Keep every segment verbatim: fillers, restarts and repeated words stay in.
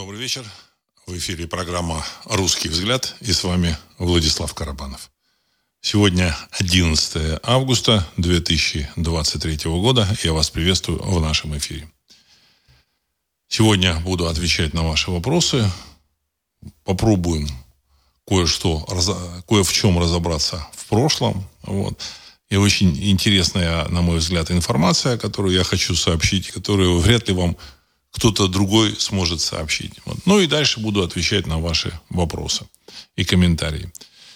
Добрый вечер. В эфире программа «Русский взгляд» и с вами Владислав Карабанов. Сегодня одиннадцатое августа две тысячи двадцать третьего года. Я вас приветствую в нашем эфире. Сегодня буду отвечать на ваши вопросы. Попробуем кое-что, кое в чем разобраться в прошлом. Вот. И очень интересная, на мой взгляд, информация, которую я хочу сообщить, которую вряд ли вам кто-то другой сможет сообщить. Вот. Ну и дальше буду отвечать на ваши вопросы и комментарии.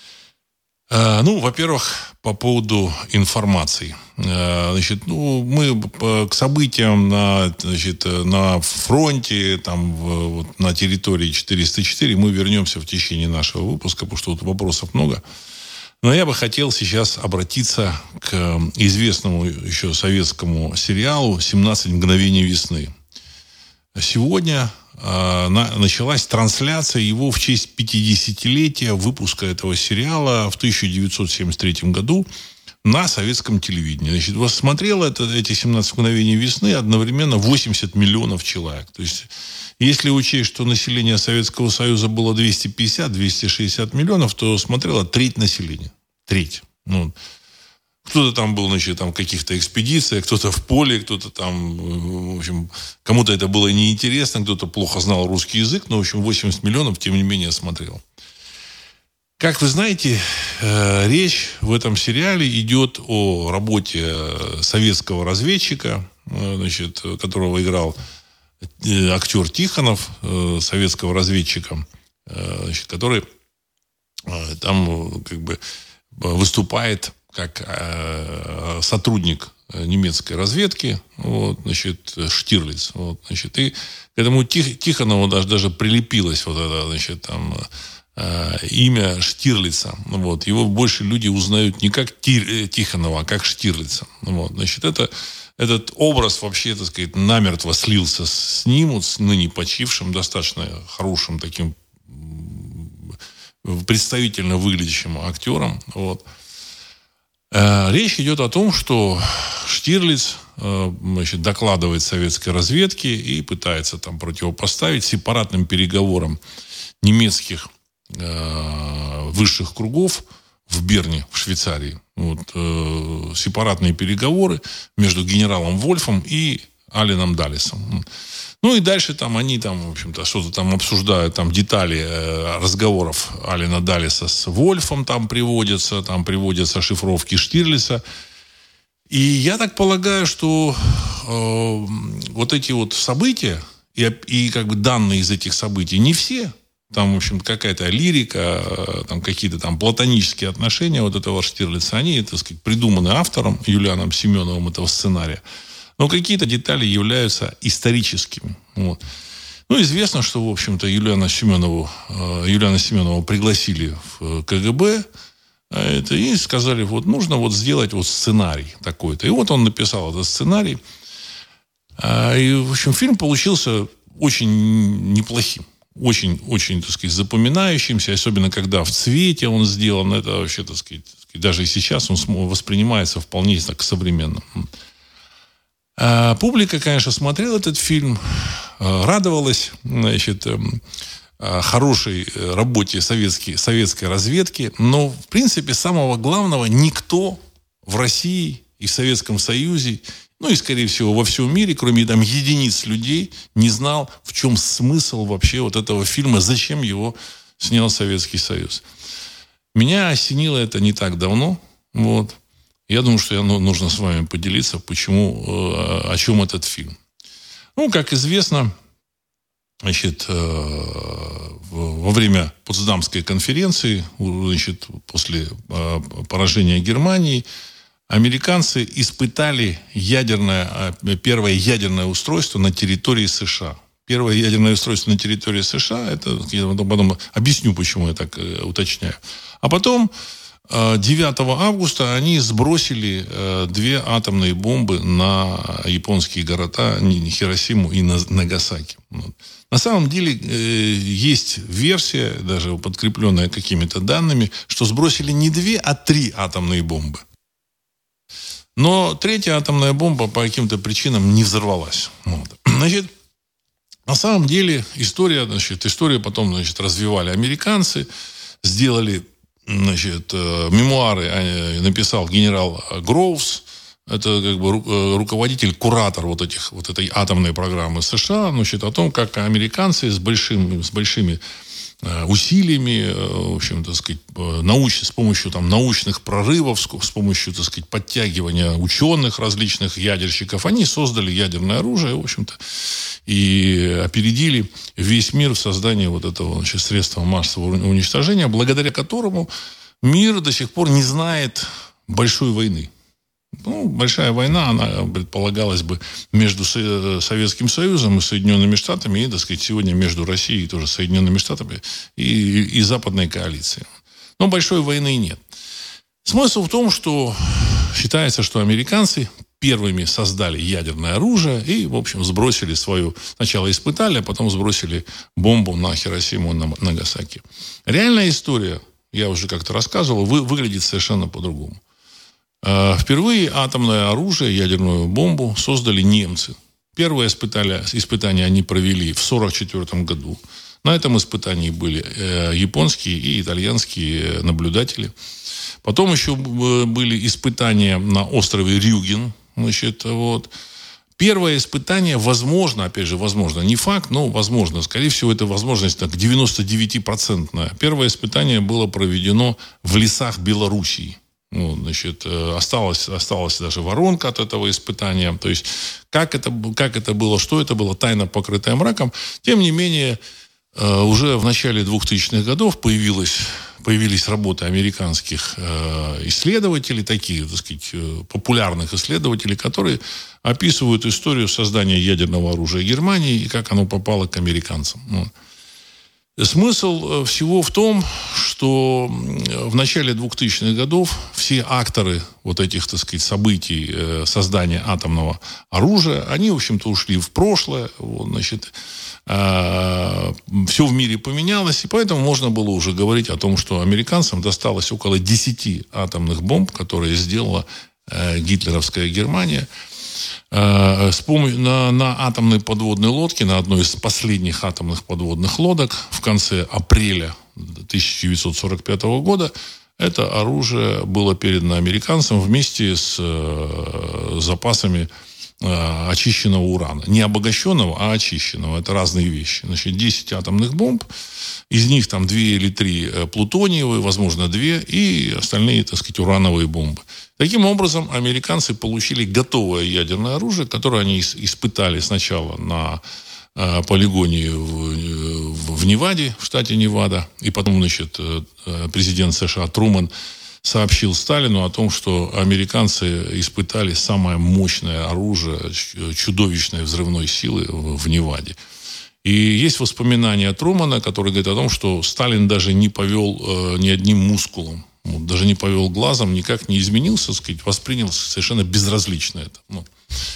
Э, ну, во-первых, по поводу информации. Э, значит, ну, мы к событиям на, значит, на фронте, там, в, вот, на территории четыреста четыре мы вернемся в течение нашего выпуска, потому что тут вопросов много. Но я бы хотел сейчас обратиться к известному еще советскому сериалу «семнадцать мгновений весны». Сегодня э, на, началась трансляция его в честь пятидесятилетия выпуска этого сериала в тысяча девятьсот семьдесят третьем году на советском телевидении. Значит, вот смотрело это, эти семнадцать мгновений весны одновременно восемьдесят миллионов человек. То есть, если учесть, что население Советского Союза было двести пятьдесят - двести шестьдесят миллионов, то смотрело треть населения. Треть. Ну, кто-то там был, значит, там в каких-то экспедициях, кто-то в поле, кто-то там, в общем, кому-то это было неинтересно, кто-то плохо знал русский язык, но, в общем, восемьдесят миллионов, тем не менее, смотрел. Как вы знаете, э, речь в этом сериале идет о работе советского разведчика, э, значит, которого играл э, актер Тихонов, э, советского разведчика, э, значит, который э, там как бы выступает как э, сотрудник немецкой разведки, вот, значит, Штирлиц. Вот, значит, и к этому Тих, Тихонову даже, даже прилепилось вот это, значит, там, э, имя Штирлица. Вот. Его больше люди узнают не как Ти, Тихонова, а как Штирлица. Вот. Значит, это, этот образ вообще, так сказать, намертво слился с ним, вот, с ныне почившим, достаточно хорошим таким представительно выглядящим актером. Вот. Речь идет о том, что Штирлиц, значит, докладывает советской разведке и пытается там противопоставить сепаратным переговорам немецких э, высших кругов в Берне, в Швейцарии. Вот, э, сепаратные переговоры между генералом Вольфом и Аленом Даллесом. Ну и дальше там они там, в общем-то, что-то там обсуждают, там детали э, разговоров Алена Даллеса с Вольфом там приводятся, там приводятся шифровки Штирлица. И я так полагаю, что э, вот эти вот события и, и как бы данные из этих событий не все. Там, в общем, какая-то лирика, э, там какие-то там платонические отношения вот этого Штирлица, они, так сказать, придуманы автором Юлианом Семеновым этого сценария. Но какие-то детали являются историческими. Вот. Ну, известно, что, в общем-то, Юлиана Семенову, э, Юлиана Семенова пригласили в КГБ э, это, и сказали, вот нужно вот сделать вот сценарий такой-то. И вот он написал этот сценарий. Э, и, в общем, фильм получился очень неплохим. Очень-очень, так сказать, запоминающимся. Особенно, когда в цвете он сделан. Это вообще, так сказать, даже и сейчас он воспринимается вполне так современно. А публика, конечно, смотрела этот фильм, радовалась, значит, хорошей работе советской, советской разведки, но, в принципе, самого главного никто в России и в Советском Союзе, ну и, скорее всего, во всем мире, кроме там единиц людей, не знал, в чем смысл вообще вот этого фильма, зачем его снял Советский Союз. Меня осенило это не так давно, вот. Я думаю, что ну, нужно с вами поделиться, почему, э, о чем этот фильм. Ну, как известно, значит, э, во время Потсдамской конференции, значит, после э, поражения Германии, американцы испытали ядерное, первое ядерное устройство на территории США. Первое ядерное устройство на территории США, это, я потом объясню, почему я так э, уточняю. А потом девятого августа они сбросили э, две атомные бомбы на японские города Хиросиму и Нагасаки. Вот. На самом деле э, есть версия, даже подкрепленная какими-то данными, что сбросили не две, а три атомные бомбы. Но третья атомная бомба по каким-то причинам не взорвалась. Вот. Значит, На самом деле история, значит, историю потом, значит, развивали американцы, сделали, значит, мемуары написал генерал Гроувс. Это как бы руководитель, куратор вот, этих, вот этой атомной программы США, значит, о том, как американцы с, большим, с большими усилиями, в общем, так сказать, науч, с помощью там, научных прорывов, с помощью, так сказать, подтягивания ученых различных ядерщиков, они создали ядерное оружие, в общем-то, и опередили весь мир в создании вот этого, значит, средства массового уничтожения, благодаря которому мир до сих пор не знает большой войны. Ну, большая война, она предполагалась бы между Советским Союзом и Соединенными Штатами, и, так сказать, сегодня между Россией и тоже Соединенными Штатами и, и Западной коалицией. Но большой войны нет. Смысл в том, что считается, что американцы первыми создали ядерное оружие и, в общем, сбросили свою... Сначала испытали, а потом сбросили бомбу на Хиросиму и на Нагасаки. Реальная история, я уже как-то рассказывал, вы, выглядит совершенно по-другому. Впервые атомное оружие, ядерную бомбу создали немцы. Первое испытали, испытание они провели в сорок четвёртом году. На этом испытании были японские и итальянские наблюдатели. Потом еще были испытания на острове Рюген. Значит, вот. Первое испытание, возможно, опять же, возможно, не факт, но возможно, скорее всего, это возможность так, девяносто девять процентов. Первое испытание было проведено в лесах Белоруссии. Ну, значит, осталась, осталась даже воронка от этого испытания. То есть, как это, как это было, что это было, тайна, покрытая мраком. Тем не менее, уже в начале двухтысячных годов появилось, появились работы американских исследователей, таких, так сказать, популярных исследователей, которые описывают историю создания ядерного оружия Германии и как оно попало к американцам. Смысл всего в том, что в начале двухтысячных годов все акторы вот этих, так сказать, событий создания атомного оружия, они, в общем-то, ушли в прошлое. Вот, значит, все в мире поменялось, и поэтому можно было уже говорить о том, что американцам досталось около десяти атомных бомб, которые сделала гитлеровская Германия. С помощью, на, на атомной подводной лодке, на одной из последних атомных подводных лодок в конце апреля тысяча девятьсот сорок пятого года это оружие было передано американцам вместе с э, запасами э, очищенного урана. Не обогащенного, а очищенного. Это разные вещи. Значит, десять атомных бомб, из них там две или три плутониевые, возможно, две, и остальные, так сказать, урановые бомбы. Таким образом, американцы получили готовое ядерное оружие, которое они испытали сначала на э, полигоне в, в Неваде, в штате Невада. И потом, значит, президент США Трумэн сообщил Сталину о том, что американцы испытали самое мощное оружие чудовищной взрывной силы в, в Неваде. И есть воспоминания Трумэна, который говорит о том, что Сталин даже не повел э, ни одним мускулом. Вот, даже не повел глазом, никак не изменился, так сказать, воспринял совершенно безразлично это. Ну.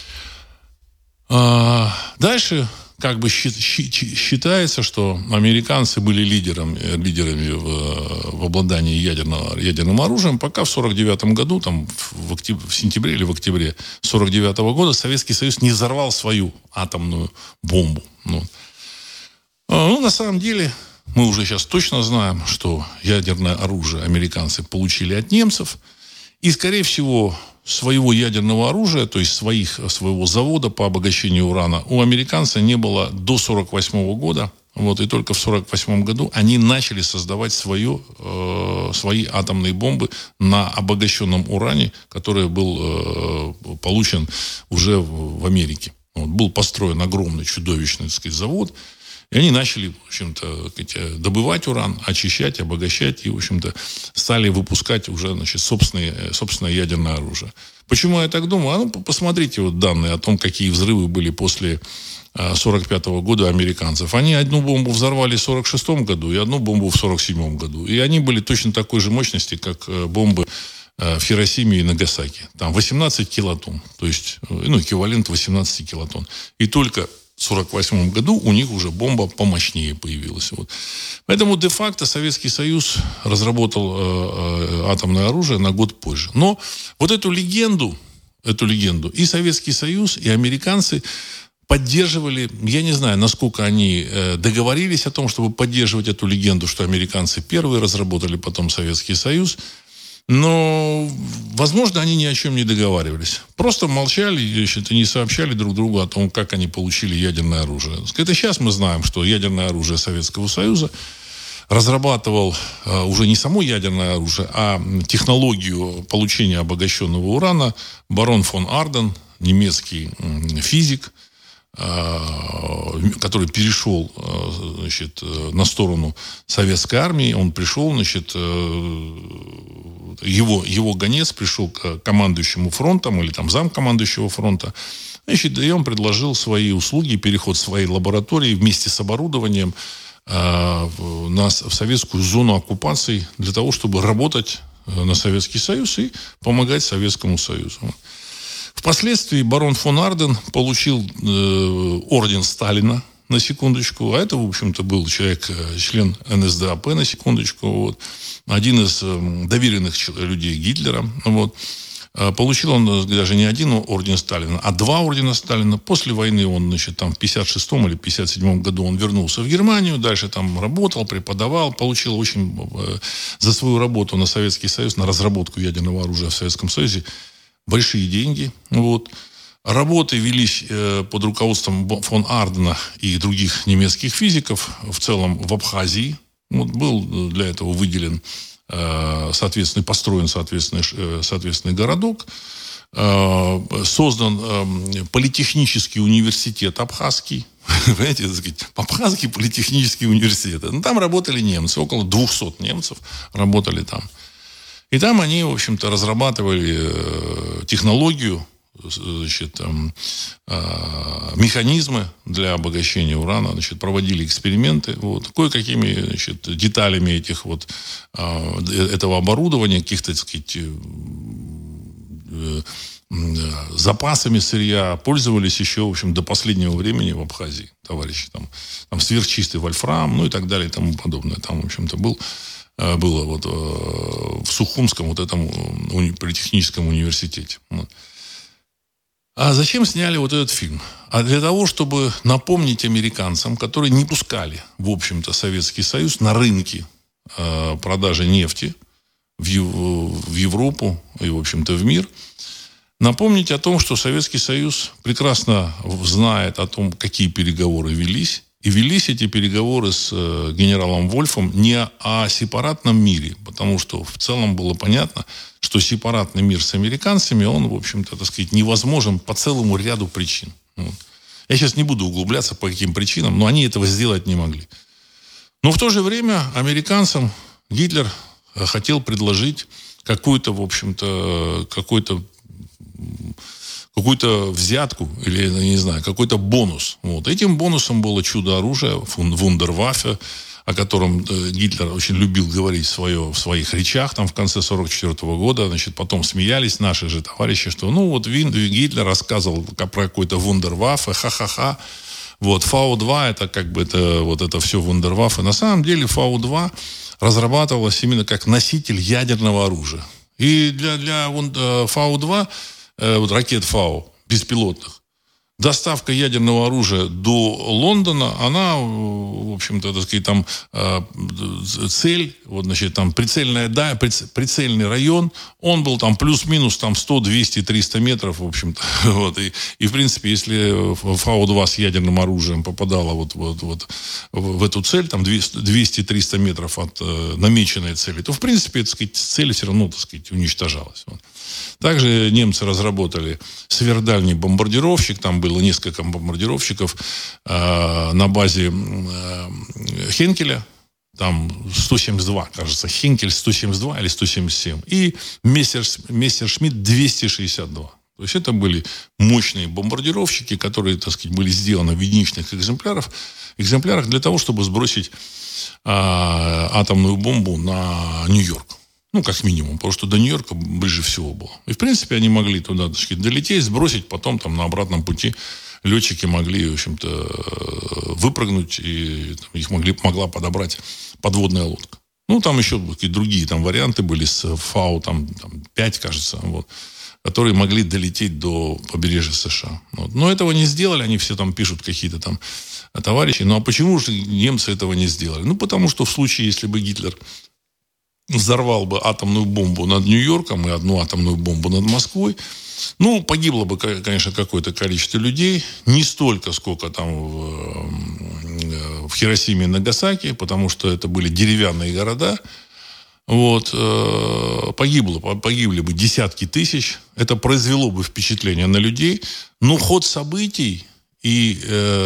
А, дальше как бы считается, что американцы были лидерами, лидерами в, в обладании ядерного, ядерным оружием, пока в сорок девятом году, там, в, октябре, в сентябре или в октябре сорок девятого года Советский Союз не взорвал свою атомную бомбу. Ну, ну на самом деле... Мы уже сейчас точно знаем, что ядерное оружие американцы получили от немцев. И, скорее всего, своего ядерного оружия, то есть своих, своего завода по обогащению урана, у американца не было до сорок восьмого года. Вот, и только в сорок восьмом году они начали создавать свое, э, свои атомные бомбы на обогащенном уране, который был э, получен уже в, в Америке. Вот, был построен огромный, чудовищный, так сказать, завод. И они начали, в общем-то, добывать уран, очищать, обогащать и, в общем-то, стали выпускать уже, значит, собственное, собственное ядерное оружие. Почему я так думаю? А ну, посмотрите вот данные о том, какие взрывы были после сорок пятого года у американцев. Они одну бомбу взорвали в сорок шестом году и одну бомбу в сорок седьмом году. И они были точно такой же мощности, как бомбы в Хиросиме и Нагасаки. Там восемнадцать килотонн. То есть, ну, эквивалент восемнадцати килотонн. И только в сорок восьмом году у них уже бомба помощнее появилась. Вот. Поэтому де-факто Советский Союз разработал э, э, атомное оружие на год позже. Но вот эту легенду, эту легенду и Советский Союз, и американцы поддерживали, я не знаю, насколько они договорились о том, чтобы поддерживать эту легенду, что американцы первые разработали, потом Советский Союз. Но, возможно, они ни о чем не договаривались. Просто молчали и не сообщали друг другу о том, как они получили ядерное оружие. Это сейчас мы знаем, что ядерное оружие Советского Союза разрабатывал э, уже не само ядерное оружие, а технологию получения обогащенного урана барон фон Арден, немецкий э, физик, э, который перешел э, значит, на сторону советской армии. Он пришел, значит, э, его, его гонец пришел к командующему фронтом или там замкомандующего фронта. Значит, и он предложил свои услуги, переход своей лаборатории вместе с оборудованием нас в советскую зону оккупации для того, чтобы работать на Советский Союз и помогать Советскому Союзу. Впоследствии барон фон Арден получил э, орден Сталина, на секундочку, а это, в общем-то, был человек, член эн эс дэ а пэ, на секундочку, вот, один из э, доверенных людей Гитлера, вот. Получил он даже не один орден Сталина, а два ордена Сталина. После войны он, значит, там в пятьдесят шестом или пятьдесят седьмом году он вернулся в Германию, дальше там работал, преподавал, получил очень э, за свою работу на Советский Союз, на разработку ядерного оружия в Советском Союзе большие деньги. Вот. Работы велись э, под руководством фон Ардена и других немецких физиков, в целом в Абхазии. Вот, был для этого выделен соответственно, построен соответственный, соответственный городок, создан политехнический университет абхазский, понимаете, так сказать, Абхазский политехнический университет. Ну, там работали немцы, около двухсот немцев работали там. И там они, в общем-то, разрабатывали технологию, значит, механизмы для обогащения урана, значит, проводили эксперименты, вот, кое-какими, значит, деталями этих вот, этого оборудования, каких-то, так сказать, запасами сырья пользовались еще, в общем, до последнего времени в Абхазии, товарищи. Там, там сверхчистый вольфрам, ну и так далее и тому подобное. Там, в общем-то, был, было вот в Сухумском вот этом политехническом университете. Вот. А зачем сняли вот этот фильм? А для того, чтобы напомнить американцам, которые не пускали, в общем-то, Советский Союз на рынки э, продажи нефти в, в Европу и, в общем-то, в мир, напомнить о том, что Советский Союз прекрасно знает о том, какие переговоры велись. И велись эти переговоры с э, генералом Вольфом не о сепаратном мире, потому что в целом было понятно, что сепаратный мир с американцами, он, в общем-то, так сказать, невозможен по целому ряду причин. Вот. Я сейчас не буду углубляться, по каким причинам, но они этого сделать не могли. Но в то же время американцам Гитлер хотел предложить какую-то, в общем-то, какой-то какую-то взятку или, я не знаю, какой-то бонус. Вот. Этим бонусом было чудо-оружие, вундерваффе, о котором Гитлер очень любил говорить в, свое, в своих речах там, в конце сорок четвёртого года. Значит, потом смеялись наши же товарищи, что ну вот Гитлер рассказывал про какой-то вундерваффе, ха-ха-ха. Вот, Фау два это как бы это, вот это все вундерваффе. На самом деле Фау два разрабатывалась именно как носитель ядерного оружия. И для, для Фау два вот ракет Фау, беспилотных, доставка ядерного оружия до Лондона, она, в общем-то, так сказать, там цель, вот, значит, там прицельная, да, прицельный район, он был там плюс-минус там сто, двести, триста метров, в общем-то. Вот, и, и, в принципе, если Фау два с ядерным оружием попадала вот, вот, вот в эту цель, там двести-триста метров от э, намеченной цели, то, в принципе, так сказать, цель все равно, так сказать, уничтожалась. Вот. Также немцы разработали сверхдальний бомбардировщик. Там было несколько бомбардировщиков э, на базе э, Хенкеля. Там сто семьдесят два, кажется. Хенкель сто семьдесят два или сто семьдесят семь. И Мессершмитт двести шестьдесят два. То есть это были мощные бомбардировщики, которые, так сказать, были сделаны в единичных экземплярах, экземплярах для того, чтобы сбросить э, атомную бомбу на Нью-Йорк. Ну, как минимум, потому что до Нью-Йорка ближе всего было. И, в принципе, они могли туда, так сказать, долететь, сбросить, потом там на обратном пути летчики могли, в общем-то, выпрыгнуть, и там, их могли, могла подобрать подводная лодка. Ну, там еще какие-то другие там варианты были с Фау, там, там пять, кажется, вот. которые могли долететь до побережья США. Вот. Но этого не сделали, они все там пишут какие-то там товарищи. Ну а почему же немцы этого не сделали? Ну потому что в случае, если бы Гитлер взорвал бы атомную бомбу над Нью-Йорком и одну атомную бомбу над Москвой, ну, погибло бы, конечно, какое-то количество людей. Не столько, сколько там в, в Хиросиме и Нагасаки, потому что это были деревянные города. Вот, погибло, погибли бы десятки тысяч. Это произвело бы впечатление на людей. Но ход событий и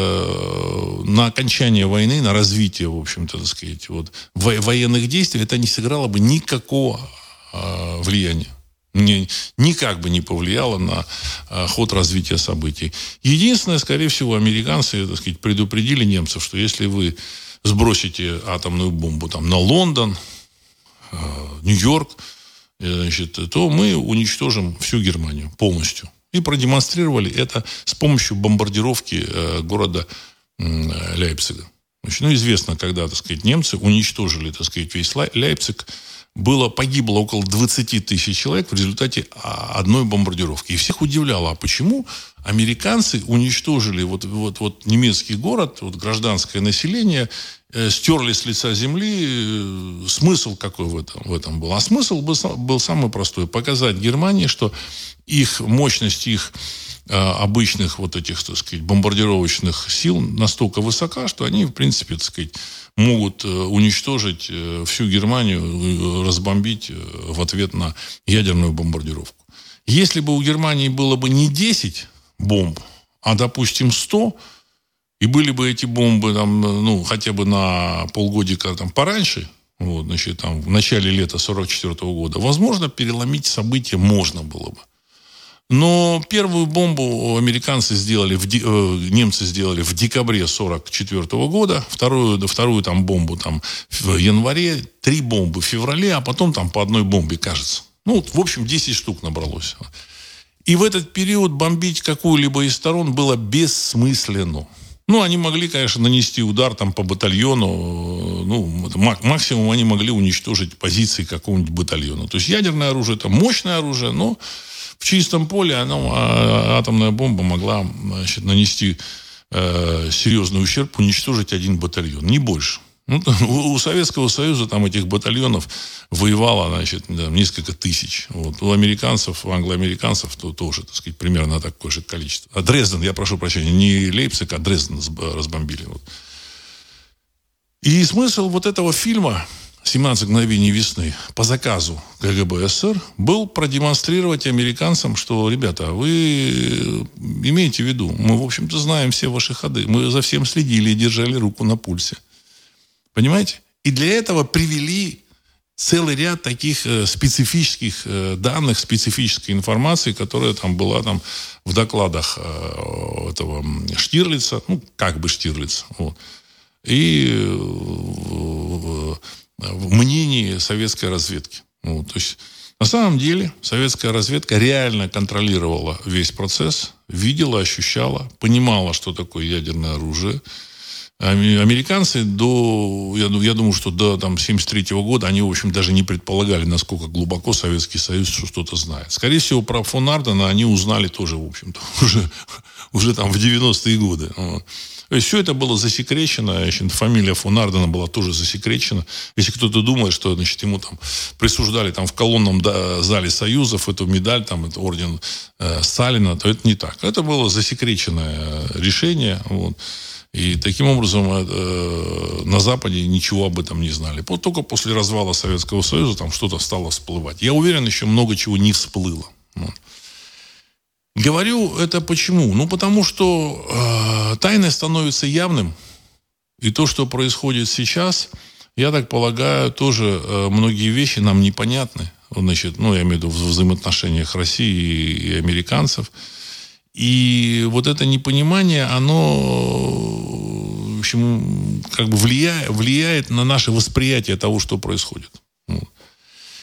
э, на окончание войны, на развитие, в общем-то, так сказать, вот, военных действий, это не сыграло бы никакого э, влияния. Ни, никак бы не повлияло на э, ход развития событий. Единственное, скорее всего, американцы, так сказать, предупредили немцев, что если вы сбросите атомную бомбу там, на Лондон, э, Нью-Йорк, э, значит, то мы уничтожим всю Германию полностью. И продемонстрировали это с помощью бомбардировки э, города э, Лейпцига. Значит, ну, известно, когда, так сказать, немцы уничтожили, так сказать, весь Лейпциг, было, погибло около двадцать тысяч человек в результате одной бомбардировки. И всех удивляло, а почему американцы уничтожили вот, вот, вот немецкий город, вот гражданское население, э, стерли с лица земли. Э, смысл какой в этом, в этом был? А смысл был, был самый простой. Показать Германии, что их мощность, их э, обычных вот этих, так сказать, бомбардировочных сил настолько высока, что они, в принципе, так сказать, могут уничтожить всю Германию, разбомбить в ответ на ядерную бомбардировку. Если бы у Германии было бы не десять бомб, а, допустим, сто, и были бы эти бомбы там, ну, хотя бы на полгодика там, пораньше, вот, значит, там, в начале лета сорок четвёртого года, возможно, переломить события можно было бы. Но первую бомбу американцы сделали, в, э, немцы сделали в декабре сорок четвёртого года, вторую, вторую там бомбу там в январе, три бомбы в феврале, а потом там по одной бомбе, кажется. Ну, в общем, десять штук набралось. И в этот период бомбить какую-либо из сторон было бессмысленно. Ну, они могли, конечно, нанести удар там по батальону. Ну, максимум они могли уничтожить позиции какого-нибудь батальона. То есть ядерное оружие – это мощное оружие, но в чистом поле оно, атомная бомба могла, значит, нанести э, серьезный ущерб, уничтожить один батальон, не больше. Ну, у, у Советского Союза там этих батальонов воевало, значит, несколько тысяч. Вот. У американцев, у англоамериканцев то, тоже, так сказать, примерно такое же количество. А Дрезден, я прошу прощения, не Лейпциг, а Дрезден разбомбили. Вот. И смысл вот этого фильма «семнадцать мгновений весны» по заказу КГБ СССР был продемонстрировать американцам, что, ребята, вы имейте в виду, мы, в общем-то, знаем все ваши ходы, мы за всем следили и держали руку на пульсе. Понимаете? И для этого привели целый ряд таких э, специфических э, данных, специфической информации, которая там была там, в докладах э, этого Штирлица, ну, как бы Штирлица, вот, и э, в мнении советской разведки. Вот, то есть, на самом деле, советская разведка реально контролировала весь процесс, видела, ощущала, понимала, что такое ядерное оружие. Американцы до, я, я думаю, что до там, семьдесят третьего года они, в общем, даже не предполагали, насколько глубоко Советский Союз что-то знает. Скорее всего, про фон Ардена они узнали тоже, в общем-то, уже, уже там в девяностые годы. Вот. То есть все это было засекречено, значит, фамилия фон Ардена была тоже засекречена. Если кто-то думает, что, значит, ему там присуждали там, в колонном зале Союзов эту медаль, там, это орден э, Сталина, то это не так. Это было засекреченное решение, вот. И таким образом э, на Западе ничего об этом не знали. Вот только после развала Советского Союза там что-то стало всплывать. Я уверен, еще много чего не всплыло. Вот. Говорю это почему? Ну, потому что э, тайное становится явным. И то, что происходит сейчас, я так полагаю, тоже э, многие вещи нам непонятны. Значит, ну, я имею в виду в взаимоотношениях России и американцев. И вот это непонимание, оно, в общем, как бы влияет, влияет на наше восприятие того, что происходит. Вот.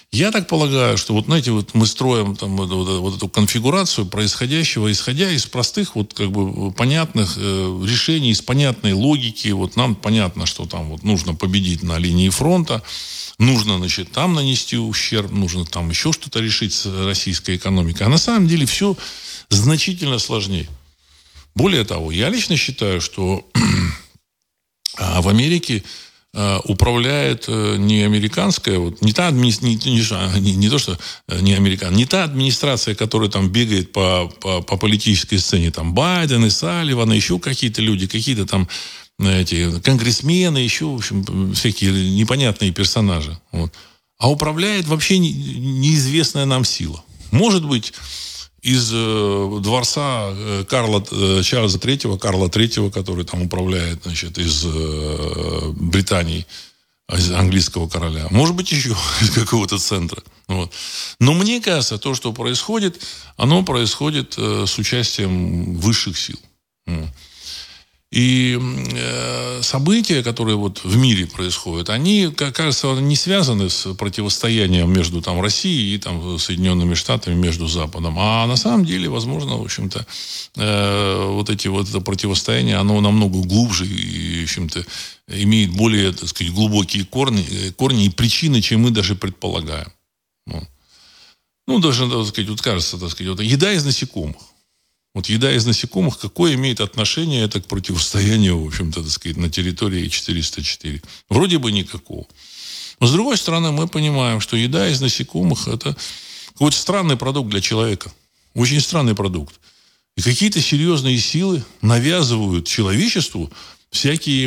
Я так полагаю, что вот, знаете, вот мы строим там вот, вот, вот эту конфигурацию происходящего, исходя из простых, вот как бы понятных э, решений, из понятной логики. Вот нам понятно, что там вот нужно победить на линии фронта, нужно, значит, там нанести ущерб, нужно там еще что-то решить с российской экономикой. А на самом деле все значительно сложнее. Более того, я лично считаю, что в Америке управляет не американская, вот, не та админи... не, не, не то, что не американ, не та администрация, которая там бегает по, по, по политической сцене, там Байден и Салливан, еще какие-то люди, какие-то там эти конгрессмены, еще, в общем, всякие непонятные персонажи. Вот. А управляет вообще не, неизвестная нам сила. Может быть, из э, дворца э, Карла, э, Чарльза Третьего, Карла Третьего, который там управляет, значит, из э, Британии, из английского короля. Может быть, еще из какого-то центра. Вот. Но мне кажется, то, что происходит, оно происходит э, с участием высших сил. Вот. И э, события, которые вот в мире происходят, они, как кажется, не связаны с противостоянием между там, Россией и там, Соединенными Штатами, между Западом. А на самом деле, возможно, в общем-то, э, вот, эти, вот это противостояние, оно намного глубже и, в общем-то, имеет более, так сказать, глубокие корни, корни и причины, чем мы даже предполагаем. Вот. Ну, даже, так сказать, вот кажется, так сказать, вот, еда из насекомых. Вот еда из насекомых, какое имеет отношение это к противостоянию, в общем-то, так сказать, на территории четыреста четыре? Вроде бы никакого. Но, с другой стороны, мы понимаем, что еда из насекомых – это какой-то странный продукт для человека. Очень странный продукт. И какие-то серьезные силы навязывают человечеству всякие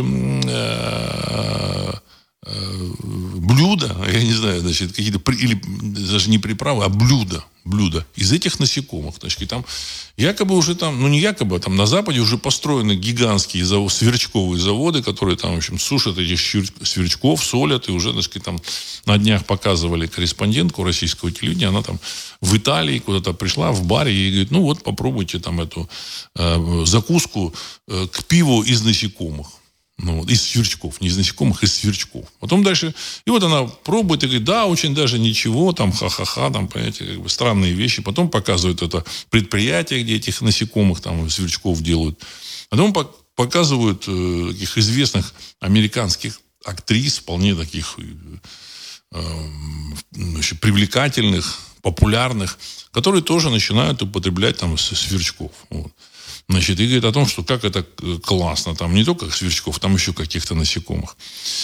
э, э, блюда, я не знаю, значит, какие-то, или даже не приправы, а блюда. блюда из этих насекомых. Значит, там якобы уже там, ну не якобы, там на Западе уже построены гигантские заводы, сверчковые заводы, которые там, в общем, сушат этих сверчков, солят, и уже, так сказать, там на днях показывали корреспондентку российского телевидения, она там в Италии куда-то пришла в баре и говорит, ну вот попробуйте там эту э, закуску э, к пиву из насекомых. Ну, вот, из сверчков, не из насекомых, из сверчков. Потом дальше, и вот она пробует и говорит, да, очень даже ничего, там, ха-ха-ха, там, понимаете, как бы странные вещи. Потом показывают это предприятие, где этих насекомых, там, сверчков делают. Потом показывают э, таких известных американских актрис, вполне таких э, значит, привлекательных, популярных, которые тоже начинают употреблять там сверчков. Вот. Значит, и говорит о том, что как это классно. Там не только сверчков, там еще каких-то насекомых.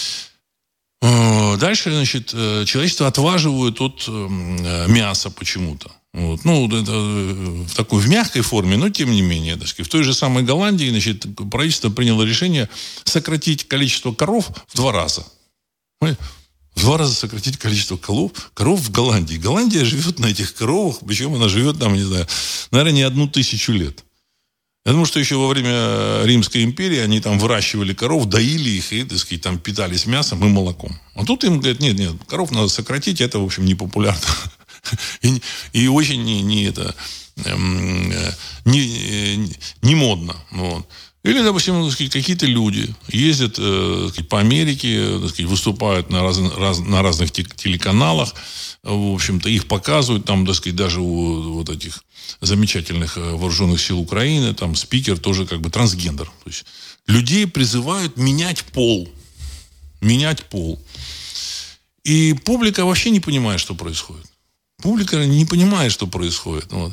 Дальше, значит, человечество отваживают от мяса почему-то. Вот. Ну, это в такой, в мягкой форме, но тем не менее. Так сказать, в той же самой Голландии, значит, правительство приняло решение сократить количество коров в два раза. В два раза сократить количество коров, коров в Голландии. Голландия живет на этих коровах, причем она живет там, не знаю, наверное, не одну тысячу лет. Я думаю, что еще во время Римской империи они там выращивали коров, доили их и, так сказать, там питались мясом и молоком. А тут им говорят, нет, нет, коров надо сократить, это, в общем, не популярно. И, и очень не, не, это, не, не модно. Вот. Или, допустим, так сказать, какие-то люди ездят так сказать, по Америке, так сказать, выступают на, раз, раз, на разных телеканалах, в общем-то, их показывают, там, так сказать, даже у вот этих замечательных вооруженных сил Украины, там спикер тоже как бы трансгендер. То есть людей призывают менять пол. Менять пол. И публика вообще не понимает, что происходит. Публика не понимает, что происходит. Вот.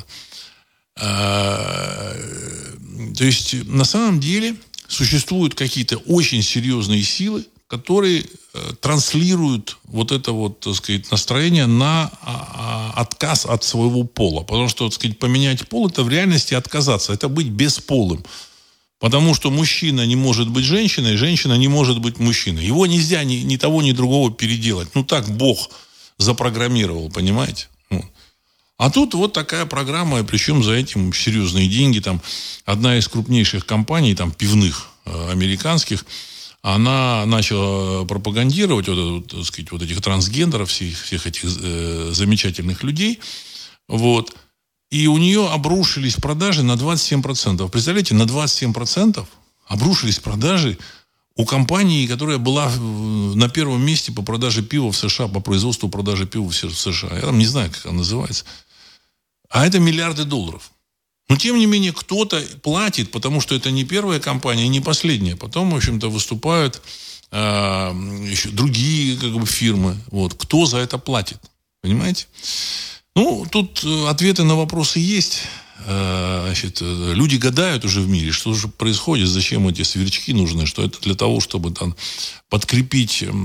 А, то есть, на самом деле, существуют какие-то очень серьезные силы, которые э, транслируют вот это вот, так сказать, настроение на а, а, отказ от своего пола. Потому что, так сказать, поменять пол – это в реальности отказаться. Это быть бесполым. Потому что мужчина не может быть женщиной, женщина не может быть мужчиной. Его нельзя ни, ни того, ни другого переделать. Ну, так Бог запрограммировал, понимаете? Вот. А тут вот такая программа, причем за этим серьезные деньги. Там одна из крупнейших компаний, там, пивных, э, американских, она начала пропагандировать вот, так сказать, вот этих трансгендеров, всех, всех этих э, замечательных людей. Вот. И у нее обрушились продажи на двадцать семь процентов. Представляете, на двадцать семь процентов обрушились продажи у компании, которая была на первом месте по продаже пива в США, по производству продажи пива в США. Я там не знаю, как она называется. А это миллиарды долларов. Но, тем не менее, кто-то платит, потому что это не первая компания, и не последняя. Потом, в общем-то, выступают э, еще другие как бы, фирмы. Вот. Кто за это платит? Понимаете? Ну, тут ответы на вопросы есть. Э, значит, люди гадают уже в мире, что же происходит, зачем эти сверчки нужны, что это для того, чтобы там подкрепить э,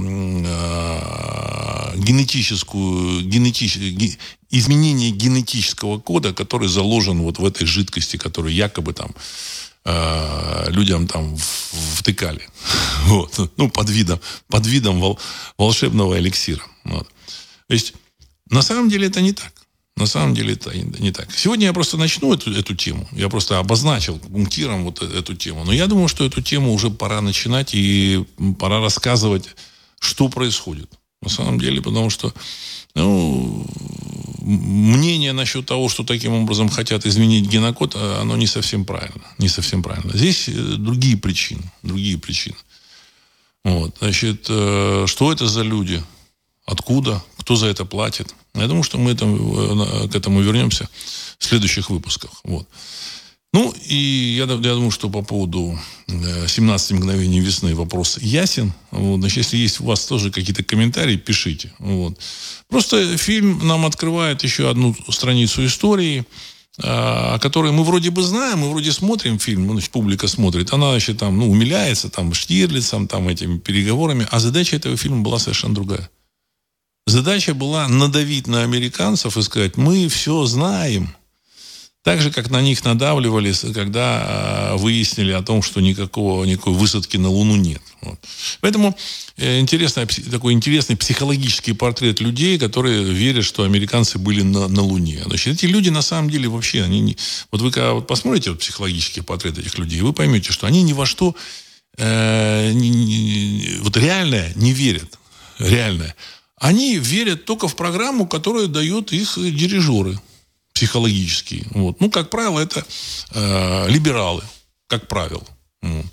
генетическую, генетич, ге, изменение генетического кода, который заложен вот в этой жидкости, которую якобы там э, людям там втыкали. Вот. Ну, под видом, под видом вол, волшебного эликсира. Вот. То есть, на самом деле это не так. На самом деле это не так. Сегодня я просто начну эту, эту тему. Я просто обозначил пунктиром вот эту тему. Но я думаю, что эту тему уже пора начинать и пора рассказывать, что происходит. На самом деле, потому что ну, мнение насчет того, что таким образом хотят изменить генокод, оно не совсем правильно. Не совсем правильно. Здесь другие причины. Другие причины. Вот. Значит, что это за люди? Откуда? Кто за это платит? Я думаю, что мы это, к этому вернемся в следующих выпусках. Вот. Ну, и я, я думаю, что по поводу семнадцати мгновений весны вопрос ясен. Вот. Значит, если есть у вас тоже какие-то комментарии, пишите. Вот. Просто фильм нам открывает еще одну страницу истории, о которой мы вроде бы знаем, мы вроде смотрим фильм, значит, публика смотрит, она значит, там, ну, умиляется там, Штирлицем, там, этими переговорами, а задача этого фильма была совершенно другая. Задача была надавить на американцев и сказать, мы все знаем. Так же, как на них надавливали, когда выяснили о том, что никакого, никакой высадки на Луну нет. Вот. Поэтому интересный, такой интересный психологический портрет людей, которые верят, что американцы были на, на Луне. Значит, эти люди на самом деле вообще, они не... Вот вы когда вот посмотрите вот психологический портрет этих людей, вы поймете, что они ни во что э, не, не, вот реальное не верят. Реальное. Они верят только в программу, которую дают их дирижеры психологические. Вот. Ну, как правило, это э, либералы, как правило. Вот.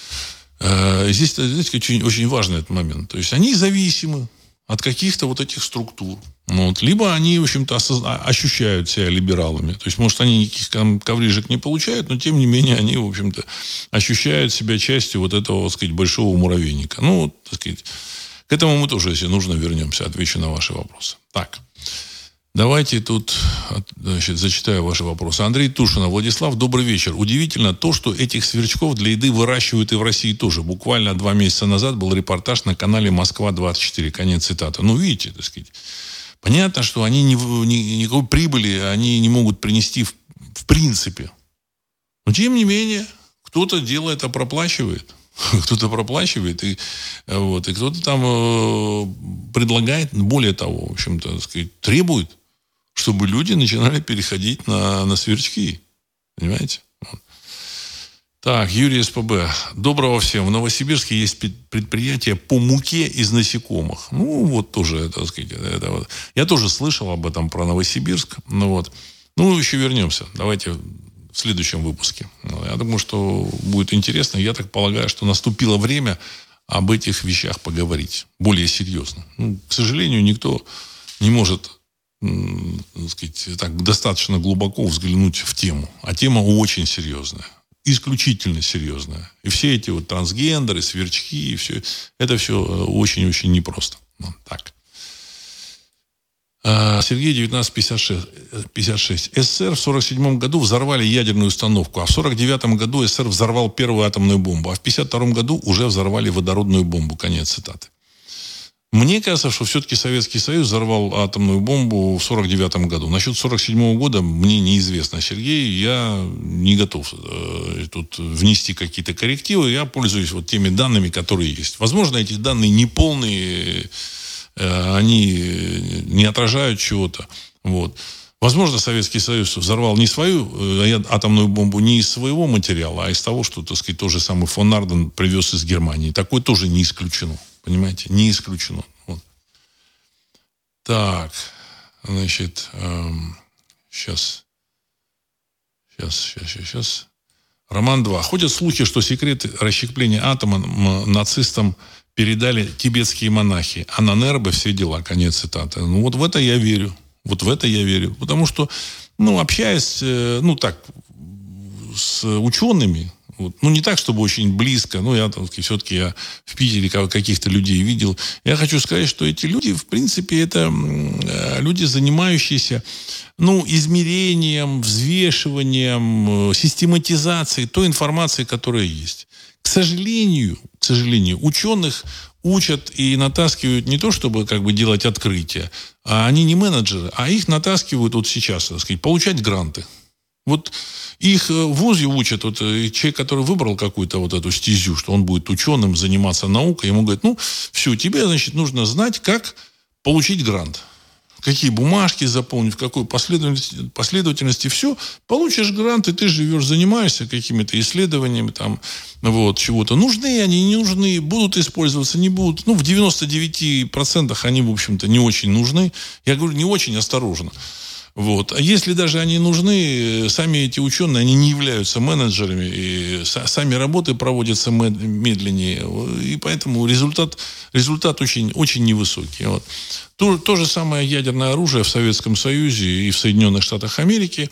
Э, здесь, знаете, очень, очень важный этот момент. То есть они зависимы от каких-то вот этих структур. Вот. Либо они, в общем-то, осозна... ощущают себя либералами. То есть, может, они никаких коврижек не получают, но, тем не менее, они, в общем-то, ощущают себя частью вот этого, так сказать, большого муравейника. Ну, вот, так сказать... К этому мы тоже, если нужно, вернемся. Отвечу на ваши вопросы. Так. Давайте тут, значит, зачитаю ваши вопросы. Андрей Тушинов. Владислав, добрый вечер. Удивительно то, что этих сверчков для еды выращивают и в России тоже. Буквально два месяца назад был репортаж на канале Москва двадцать четыре. Конец цитаты. Ну, видите, так сказать. Понятно, что они не, ни, никакой прибыли они не могут принести в, в принципе. Но, тем не менее, кто-то делает, а проплачивает. Кто-то проплачивает, и, вот, и кто-то там э, предлагает, более того, в общем-то, так сказать, требует, чтобы люди начинали переходить на, на сверчки. Понимаете? Вот. Так, Юрий СПБ. Доброго всем. В Новосибирске есть предприятие по муке из насекомых. Ну, вот тоже, так сказать, это вот. Я тоже слышал об этом про Новосибирск. Ну, вот. Ну, еще вернемся. Давайте... в следующем выпуске. Я думаю, что будет интересно. Я так полагаю, что наступило время об этих вещах поговорить более серьезно. Ну, к сожалению, никто не может, так сказать, так достаточно глубоко взглянуть в тему. А тема очень серьезная. Исключительно серьезная. И все эти вот трансгендеры, сверчки, и все, это все очень-очень непросто. Вот так. Сергей, девятнадцать пятьдесят шесть. СССР в сорок седьмом году взорвали ядерную установку, а в сорок девятом году СССР взорвал первую атомную бомбу, а в пятьдесят втором году уже взорвали водородную бомбу. Конец цитаты. Мне кажется, что все-таки Советский Союз взорвал атомную бомбу в сорок девятом году. Насчет сорок седьмого года мне неизвестно, Сергей. Я не готов э, тут внести какие-то коррективы. Я пользуюсь вот теми данными, которые есть. Возможно, эти данные неполные, они не отражают чего-то. Вот. Возможно, Советский Союз взорвал не свою атомную бомбу не из своего материала, а из того, что, так сказать, тот же самый фон Арден привез из Германии. Такое тоже не исключено. Понимаете? Не исключено. Вот. Так. Значит, эм, сейчас. Сейчас, сейчас, сейчас, сейчас. Роман два. Ходят слухи, что секрет расщепления атома нацистам передали тибетские монахи. А на Нербе все дела. Конец цитаты. Ну, вот в это я верю. Вот в это я верю. Потому что, ну, общаясь, ну, так, с учеными, вот, ну, не так, чтобы очень близко, ну, я все-таки я в Питере каких-то людей видел. Я хочу сказать, что эти люди, в принципе, это люди, занимающиеся, ну, измерением, взвешиванием, систематизацией той информации, которая есть. К сожалению, к сожалению, ученых учат и натаскивают не то, чтобы как бы делать открытия, а они не менеджеры, а их натаскивают вот сейчас, так сказать, получать гранты. Вот их в ВУЗе учат, вот человек, который выбрал какую-то вот эту стезю, что он будет ученым, заниматься наукой, ему говорят, ну, все, тебе, значит, нужно знать, как получить грант. Какие бумажки заполнить, в какой последовательности, последовательности, все. Получишь грант, и ты живешь, занимаешься какими-то исследованиями, там, вот, чего-то. Нужны они, не нужны, будут использоваться, не будут. Ну, в девяноста девяти процентах они, в общем-то, не очень нужны. Я говорю, не очень, осторожно. Вот. А если даже они нужны, сами эти ученые, они не являются менеджерами, и сами работы проводятся медленнее, и поэтому результат, результат очень, очень невысокий. Вот. То, то же самое ядерное оружие в Советском Союзе и в Соединенных Штатах Америки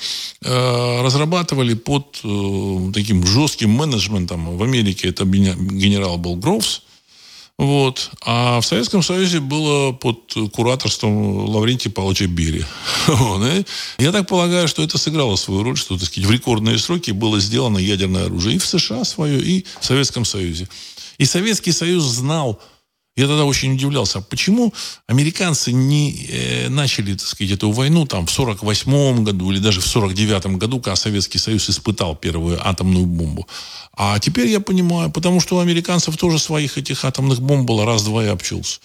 э, разрабатывали под э, таким жестким менеджментом. В Америке это генерал был Гроувс. Вот. А в Советском Союзе было под кураторством Лаврентия Павловича Берии. Вот. Я так полагаю, что это сыграло свою роль, что, так сказать, в рекордные сроки было сделано ядерное оружие и в США свое, и в Советском Союзе. И Советский Союз знал, я тогда очень удивлялся, почему американцы не э, начали, так сказать, эту войну там, в сорок восьмом году или даже в сорок девятом году, когда Советский Союз испытал первую атомную бомбу. А теперь я понимаю, потому что у американцев тоже своих этих атомных бомб было раз-два и обчелся.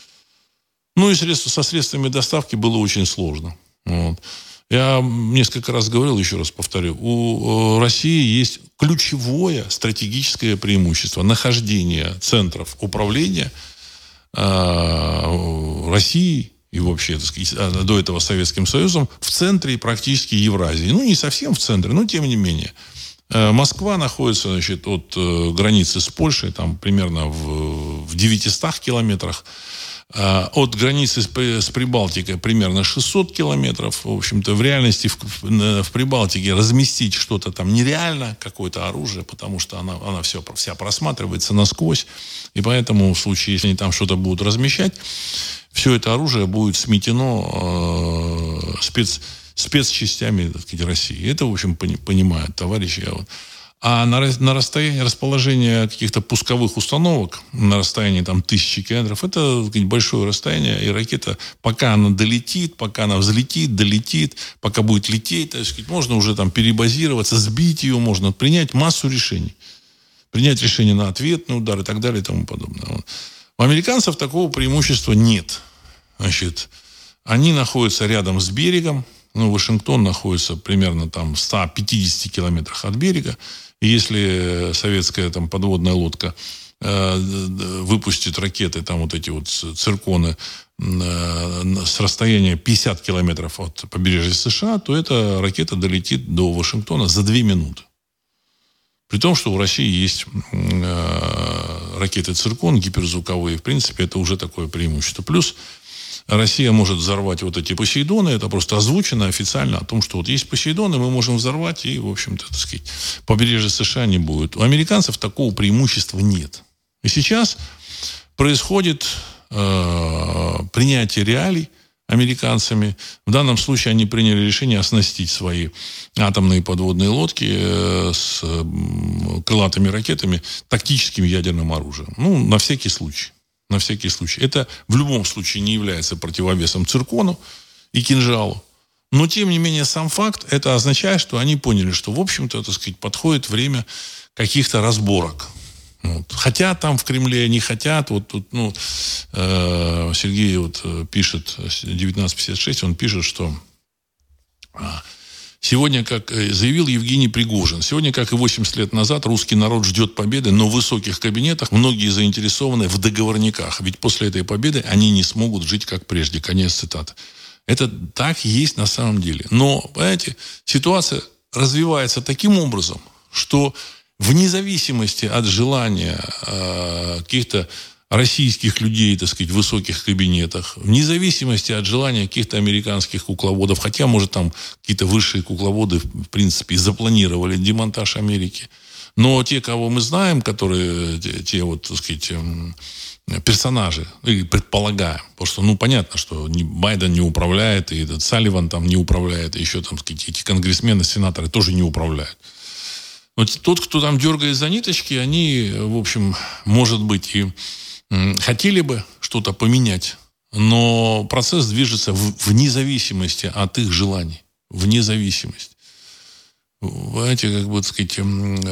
Ну и средства, со средствами доставки было очень сложно. Вот. Я несколько раз говорил, еще раз повторю, у России есть ключевое стратегическое преимущество нахождения центров управления России и вообще, так сказать, до этого Советским Союзом в центре практически Евразии. Ну, не совсем в центре, но тем не менее. Москва находится, значит, от границы с Польшей, там примерно в, в девятистах километрах. От границы с, с Прибалтикой примерно шестьсот километров. В общем-то, в реальности в, в Прибалтике разместить что-то там нереально, какое-то оружие, потому что она, она все, вся просматривается насквозь. И поэтому в случае, если они там что-то будут размещать, все это оружие будет сметено э, спец, спецчастями, так сказать, России. Это, в общем, пони, понимают товарищи. А на, на расстоянии расположения каких-то пусковых установок, на расстоянии там тысячи километров, это, так сказать, большое расстояние, и ракета, пока она долетит, пока она взлетит, долетит, пока будет лететь, так сказать, можно уже там перебазироваться, сбить ее, можно принять массу решений. Принять решение на ответный удар и так далее и тому подобное. У американцев такого преимущества нет. Значит, они находятся рядом с берегом. Ну, Вашингтон находится примерно там в ста пятидесяти километрах от берега. И если советская там подводная лодка э, выпустит ракеты, там вот эти вот цирконы э, с расстояния пятьдесят километров от побережья США, то эта ракета долетит до Вашингтона за две минуты. При том, что у России есть э, ракеты «Циркон», гиперзвуковые. В принципе, это уже такое преимущество. Плюс Россия может взорвать вот эти «Посейдоны». Это просто озвучено официально о том, что вот есть «Посейдоны», мы можем взорвать, и, в общем-то, так сказать, побережья США не будет. У американцев такого преимущества нет. И сейчас происходит э, принятие реалий американцами. В данном случае они приняли решение оснастить свои атомные подводные лодки с крылатыми ракетами тактическим ядерным оружием. Ну, на всякий случай. На всякий случай. Это в любом случае не является противовесом циркону и кинжалу. Но, тем не менее, сам факт, это означает, что они поняли, что, в общем-то, так сказать, подходит время каких-то разборок. Вот. Хотят там в Кремле, не хотят. Вот тут, ну, э, Сергей вот пишет, девятнадцать пятьдесят шесть, он пишет, что сегодня, как заявил Евгений Пригожин, сегодня, как и восемьдесят лет назад, русский народ ждет победы, но в высоких кабинетах многие заинтересованы в договорниках. Ведь после этой победы они не смогут жить, как прежде. Конец цитаты. Это так есть на самом деле. Но, понимаете, ситуация развивается таким образом, что вне зависимости от желания э, каких-то российских людей, так сказать, в высоких кабинетах, вне зависимости от желания каких-то американских кукловодов, хотя, может, там какие-то высшие кукловоды, в принципе, запланировали демонтаж Америки. Но те, кого мы знаем, которые, те, те вот, так сказать, персонажи, и предполагаем, потому что, ну, понятно, что ни Байден не управляет, и этот Салливан там не управляет, и еще там, так сказать, эти конгрессмены, сенаторы тоже не управляют. Вот тот, кто там дергает за ниточки, они, в общем, может быть, и хотели бы что-то поменять, но процесс движется в, вне зависимости от их желаний, вне зависимости. Знаете, как бы, так сказать,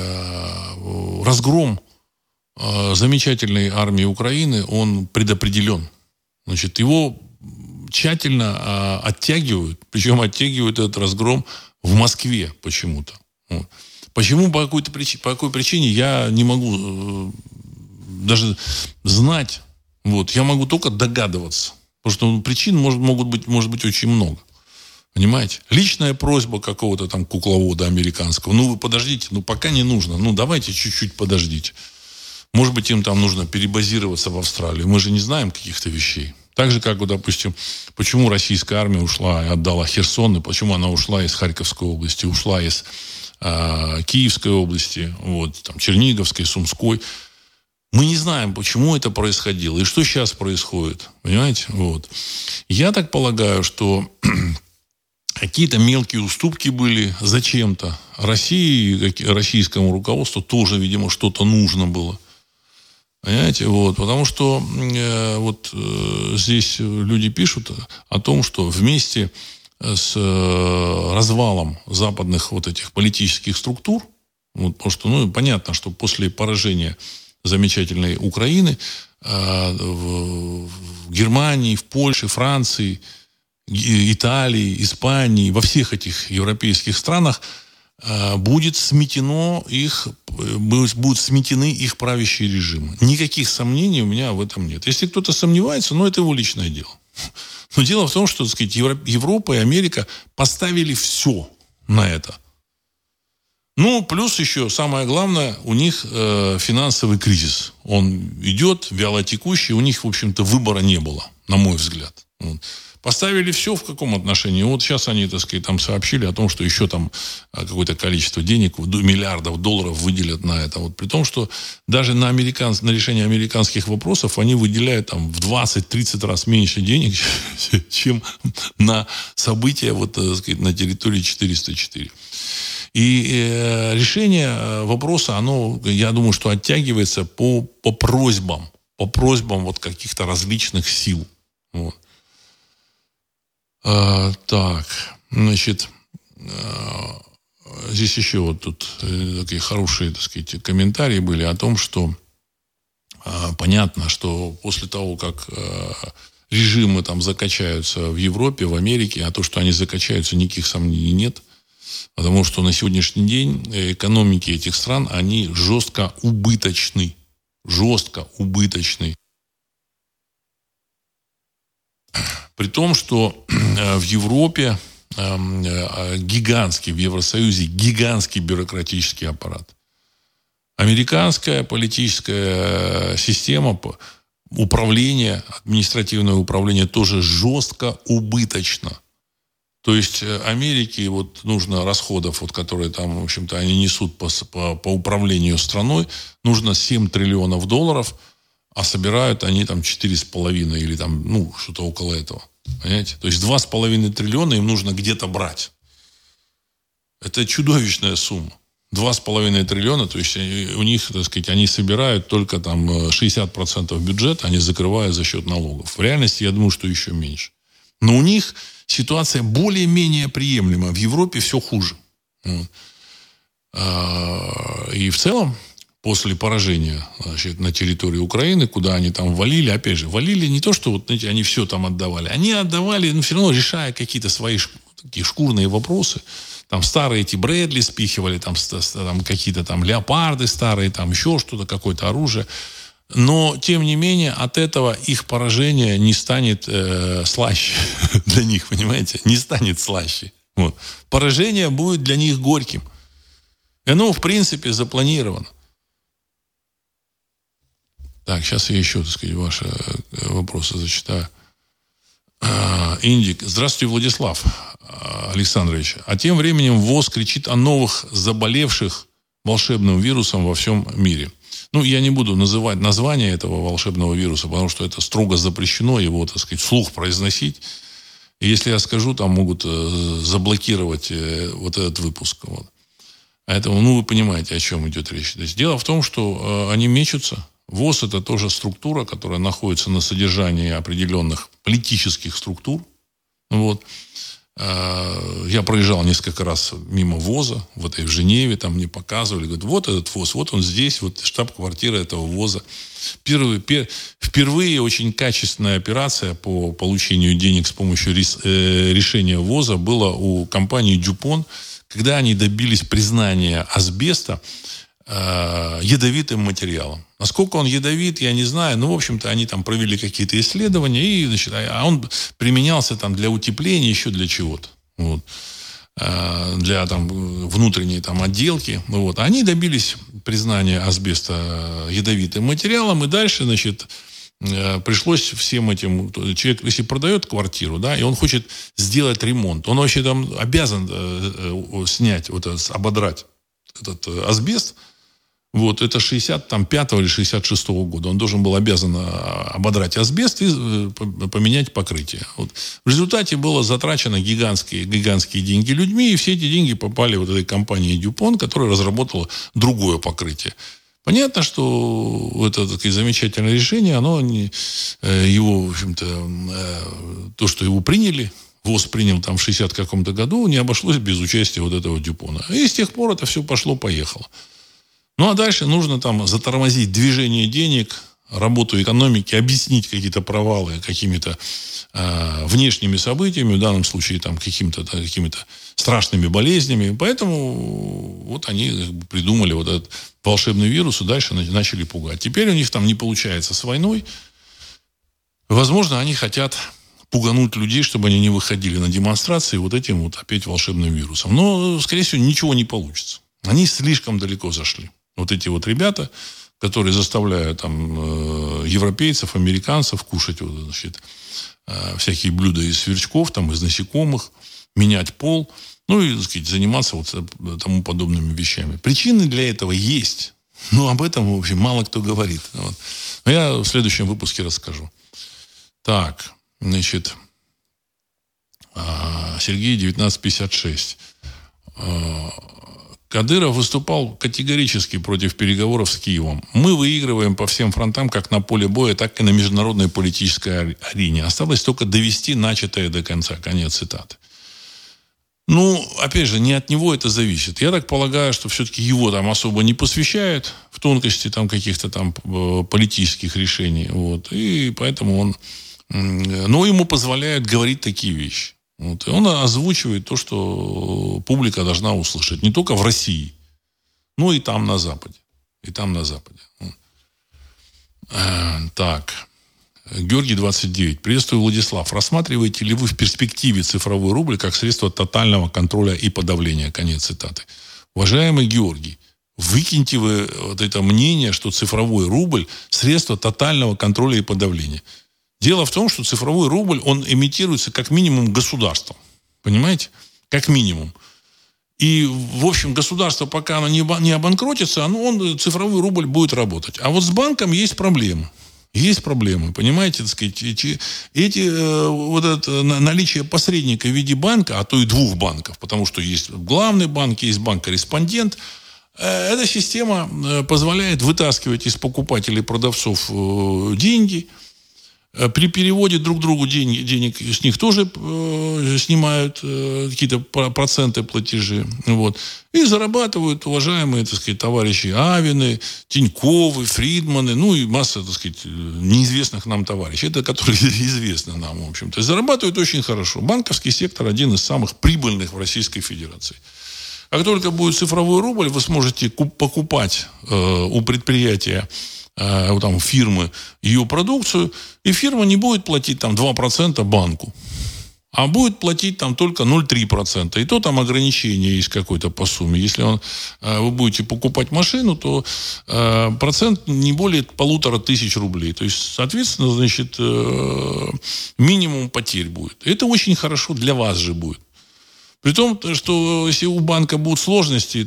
разгром замечательной армии Украины, он предопределен. Значит, его тщательно оттягивают, причем оттягивают этот разгром в Москве почему-то. Вот. Почему, по какой-то причине, по какой причине, я не могу даже знать. Вот. Я могу только догадываться. Потому что причин может, могут быть, может быть очень много. Понимаете? Личная просьба какого-то там кукловода американского. Ну, вы подождите, ну, пока не нужно. Ну, давайте чуть-чуть подождите. Может быть, им там нужно перебазироваться в Австралию. Мы же не знаем каких-то вещей. Так же, как, вот, допустим, почему российская армия ушла и отдала Херсон, и почему она ушла из Харьковской области, ушла из э, Киевской области, вот, там, Черниговской, Сумской. Мы не знаем, почему это происходило и что сейчас происходит. Понимаете? Вот. Я так полагаю, что какие-то мелкие уступки были зачем-то. России, российскому руководству тоже, видимо, что-то нужно было. Понимаете? Вот. Потому что э, вот э, здесь люди пишут о том, что вместе с э, развалом западных вот этих политических структур, вот, потому что, ну, понятно, что после поражения замечательной Украины э, в, в Германии, в Польше, Франции, Италии, Испании, во всех этих европейских странах э, будет сметено их, будут сметены их правящие режимы. Никаких сомнений у меня в этом нет. Если кто-то сомневается, ну, это его личное дело. Но дело в том, что, так сказать, Европа и Америка поставили все на это. Ну, плюс еще, самое главное, у них э, финансовый кризис. Он идет, вялотекущий, у них, в общем-то, выбора не было, на мой взгляд. Вот. Поставили все в каком отношении? Вот сейчас они, так сказать, там сообщили о том, что еще там какое-то количество денег, миллиардов долларов выделят на это. Вот при том, что даже на, американ... на решение американских вопросов они выделяют там в двадцать-тридцать раз меньше денег, чем на события вот, так сказать, на территории четыреста четыре. И э, решение вопроса, оно, я думаю, что оттягивается по, по просьбам, по просьбам вот каких-то различных сил. Вот. А, так, значит, а, здесь еще вот тут э, такие хорошие, так сказать, комментарии были о том, что а, понятно, что после того, как а, режимы там закачаются в Европе, в Америке, а то, что они закачаются, никаких сомнений нет, потому что на сегодняшний день экономики этих стран, они жестко убыточны, жестко убыточны. При том, что в Европе гигантский, в Евросоюзе гигантский бюрократический аппарат. Американская политическая система управления, административное управление тоже жестко убыточно. То есть Америке вот нужно расходов, вот, которые там, в общем-то, они несут по, по, по управлению страной, нужно семь триллионов долларов, а собирают они там четыре с половиной или там, ну, что-то около этого. Понимаете? То есть два с половиной триллиона им нужно где-то брать. Это чудовищная сумма. Два с половиной триллиона, то есть у них, так сказать, они собирают только там шестьдесят процентов бюджета, они закрывают за счет налогов. В реальности, я думаю, что еще меньше. Но у них ситуация более-менее приемлема. В Европе все хуже. Вот. И в целом, после поражения, значит, на территории Украины, куда они там валили, опять же, валили не то, что вот, знаете, они все там отдавали. Они отдавали, но все равно решая какие-то свои такие шкурные вопросы. Там старые эти Брэдли спихивали, там, там какие-то там леопарды старые, там еще что-то, какое-то оружие. Но, тем не менее, от этого их поражение не станет э, слаще для них, понимаете? Не станет слаще. Вот. Поражение будет для них горьким. И оно, в принципе, запланировано. Так, сейчас я еще, так сказать, ваши вопросы зачитаю. Индик. Здравствуйте, Владислав Александрович. А тем временем ВОЗ кричит о новых заболевших волшебным вирусом во всем мире. Ну, я не буду называть название этого волшебного вируса, потому что это строго запрещено его, так сказать, вслух произносить. И если я скажу, там могут заблокировать вот этот выпуск. Вот. Поэтому, ну, вы понимаете, о чем идет речь. То есть, дело в том, что они мечутся. ВОЗ – это тоже структура, которая находится на содержании определенных политических структур. Вот. Я проезжал несколько раз мимо ВОЗа, в этой в Женеве, там мне показывали, говорят, вот этот ВОЗ, вот он здесь, вот штаб-квартира этого ВОЗа. Первый, пер, впервые очень качественная операция по получению денег с помощью рес, э, решения ВОЗа была у компании «Дюпон», когда они добились признания асбеста э, ядовитым материалом. Насколько он ядовит, я не знаю. Но, в общем-то, они там провели какие-то исследования, и, значит, а он применялся там для утепления, еще для чего-то. Вот. Для там, внутренней там, отделки. Вот. Они добились признания асбеста ядовитым материалом, и дальше, значит, пришлось всем этим... Человек, если продает квартиру, да, и он хочет сделать ремонт, он вообще там обязан снять, вот, ободрать этот асбест. Вот, это шестьдесят пятого или шестьдесят шестого года. Он должен был обязан ободрать асбест и поменять покрытие. Вот. В результате было затрачено гигантские, гигантские деньги людьми, и все эти деньги попали вот этой компании «Дюпон», которая разработала другое покрытие. Понятно, что это такое замечательное решение, оно не, его, в общем-то, то, что его приняли, ВОЗ принял там в шестидесятом каком-то году, не обошлось без участия вот этого «Дюпона». И с тех пор это все пошло-поехало. Ну, а дальше нужно там затормозить движение денег, работу экономики, объяснить какие-то провалы какими-то э, внешними событиями, в данном случае там какими-то, да, какими-то страшными болезнями. Поэтому вот они придумали вот этот волшебный вирус и дальше начали пугать. Теперь у них там не получается с войной. Возможно, они хотят пугануть людей, чтобы они не выходили на демонстрации вот этим вот опять волшебным вирусом. Но, скорее всего, ничего не получится. Они слишком далеко зашли. Вот эти вот ребята, которые заставляют там, э, европейцев, американцев кушать вот, значит, э, всякие блюда из сверчков, там, из насекомых, менять пол, ну и, так сказать, заниматься вот тому подобными вещами. Причины для этого есть, но об этом, в общем, мало кто говорит. Вот. Но я в следующем выпуске расскажу. Так, значит, э, Сергей, девятнадцать пятьдесят шесть. Э, Кадыров выступал категорически против переговоров с Киевом. Мы выигрываем по всем фронтам, как на поле боя, так и на международной политической арене. Осталось только довести начатое до конца. Конец цитаты. Ну, опять же, не от него это зависит. Я так полагаю, что все-таки его там особо не посвящают в тонкости там, каких-то там политических решений. Вот. И поэтому он... Но ему позволяют говорить такие вещи. Вот. И он озвучивает то, что публика должна услышать. Не только в России, но и там на Западе. И там на Западе. Так. Георгий, двадцать девять. Приветствую, Владислав. Рассматриваете ли вы в перспективе цифровой рубль как средство тотального контроля и подавления? Конец цитаты. Уважаемый Георгий, выкиньте вы вот это мнение, что цифровой рубль – средство тотального контроля и подавления. Дело в том, что цифровой рубль, он имитируется как минимум государством. Понимаете? Как минимум. И, в общем, государство, пока оно не обанкротится, оно, он, цифровой рубль будет работать. А вот с банком есть проблемы. Есть проблемы, понимаете, так сказать, эти, эти, вот это наличие посредника в виде банка, а то и двух банков, потому что есть главный банк, есть банк-корреспондент, эта система позволяет вытаскивать из покупателей и продавцов деньги. При переводе друг другу денег, денег с них тоже э, снимают э, какие-то проценты платежи. Вот. И зарабатывают уважаемые, так сказать, товарищи Авины, Тиньковы, Фридманы, ну и масса, так сказать, неизвестных нам товарищей. Это, которые известны нам, в общем-то. Зарабатывают очень хорошо. Банковский сектор один из самых прибыльных в Российской Федерации. Как только будет цифровой рубль, вы сможете покупать э, у предприятия, там, фирмы ее продукцию, и фирма не будет платить там два процента банку. А будет платить там только ноль целых три десятых процента. И то там ограничение есть какое-то по сумме. Если он, вы будете покупать машину, то э, процент не более полутора тысяч рублей. То есть, соответственно, значит, э, минимум потерь будет. Это очень хорошо для вас же будет. При том, что если у банка будут сложности,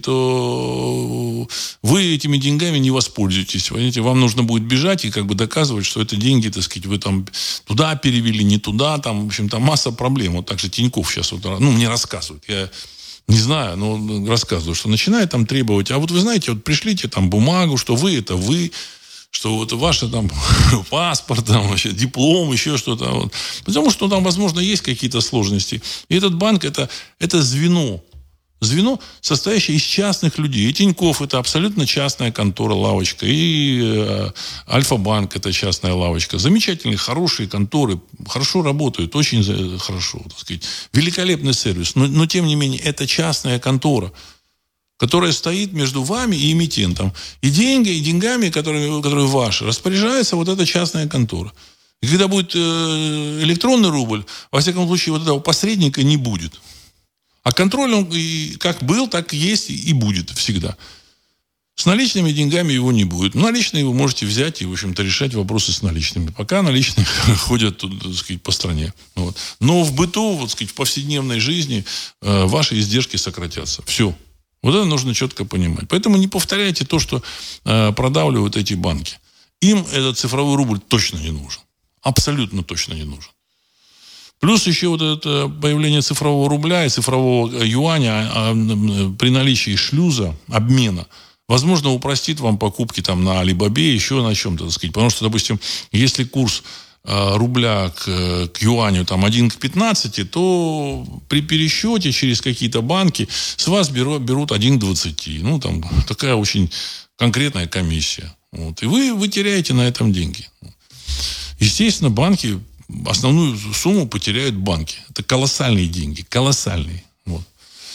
то вы этими деньгами не воспользуетесь. Понимаете? Вам нужно будет бежать и как бы доказывать, что это деньги, так сказать, вы там туда перевели, не туда. Там, в общем, там масса проблем. Вот так же Тинькофф сейчас вот, ну, мне рассказывают. Я не знаю, но рассказываю, что начинает там требовать. А вот вы знаете, вот пришлите там бумагу, что вы это вы. Что вот ваш там паспорт, там, вообще, диплом, еще что-то. Вот. Потому что там, возможно, есть какие-то сложности. И этот банк это, это звено. Звено, состоящее из частных людей. И Тинькофф это абсолютно частная контора, лавочка. И э, Альфа-банк это частная лавочка. Замечательные, хорошие конторы. Хорошо работают, очень хорошо. Так сказать. Великолепный сервис. Но, но, тем не менее, это частная контора, которая стоит между вами и эмитентом. И деньги, и деньгами, которые, которые ваши, распоряжается вот эта частная контора. И когда будет э, электронный рубль, во всяком случае, вот этого посредника не будет. А контроль, он и как был, так и есть и будет всегда. С наличными деньгами его не будет. Наличные вы можете взять и, в общем-то, решать вопросы с наличными. Пока наличные ходят, так сказать, по стране. Вот. Но в быту, вот, сказать, в повседневной жизни э, ваши издержки сократятся. Все. Вот это нужно четко понимать. Поэтому не повторяйте то, что э, продавливают эти банки. Им этот цифровой рубль точно не нужен. Абсолютно точно не нужен. Плюс еще вот это появление цифрового рубля и цифрового юаня а, а, при наличии шлюза, обмена, возможно, упростит вам покупки там на Алибабе, еще на чем-то, так сказать. Потому что, допустим, если курс рубля к, к юаню там один к пятнадцати, то при пересчете через какие-то банки с вас берут, берут один к двадцати. Ну, там такая очень конкретная комиссия. Вот. И вы, вы теряете на этом деньги. Естественно, банки, основную сумму потеряют банки. Это колоссальные деньги. Колоссальные. Вот.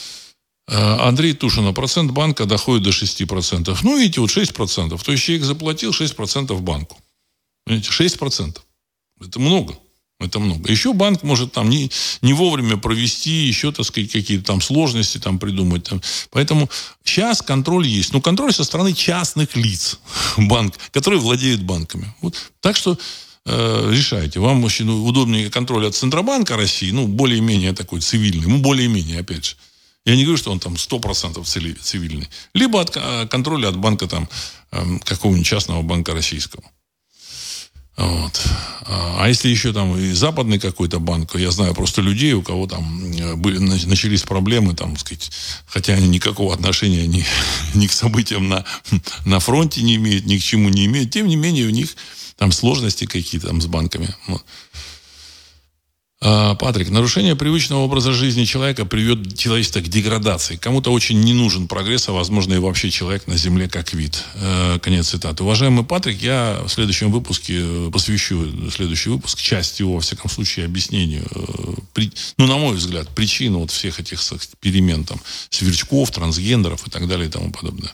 Андрей Тушина. Процент банка доходит до шести процентов. Ну, видите, вот шесть процентов. То есть человек заплатил шесть процентов банку. Понимаете, шесть процентов. Это много. Это много. Еще банк может там не, не вовремя провести, еще, так сказать, какие-то там сложности там придумать. Там. Поэтому сейчас контроль есть. Но контроль со стороны частных лиц, банк, которые владеют банками. Вот. Так что э, решайте. Вам очень удобнее контроль от Центробанка России, ну, более-менее такой цивильный. Ну, более-менее, опять же. Я не говорю, что он там сто процентов цивильный. Либо от контроля от банка там э, какого-нибудь частного банка российского. Вот. А если еще там и западный какой-то банк, я знаю просто людей, у кого там были, начались проблемы, там, сказать, хотя они никакого отношения ни, ни к событиям на, на фронте не имеют, ни к чему не имеют, тем не менее у них там сложности какие-то там с банками. Вот. Патрик, нарушение привычного образа жизни человека приведет человечество к деградации. Кому-то очень не нужен прогресс, а возможно и вообще человек на земле как вид. Конец цитаты. Уважаемый Патрик, я в следующем выпуске посвящу следующий выпуск, часть его, во всяком случае, объяснению, ну, на мой взгляд, причин вот всех этих перемен, там, сверчков, трансгендеров и так далее и тому подобное.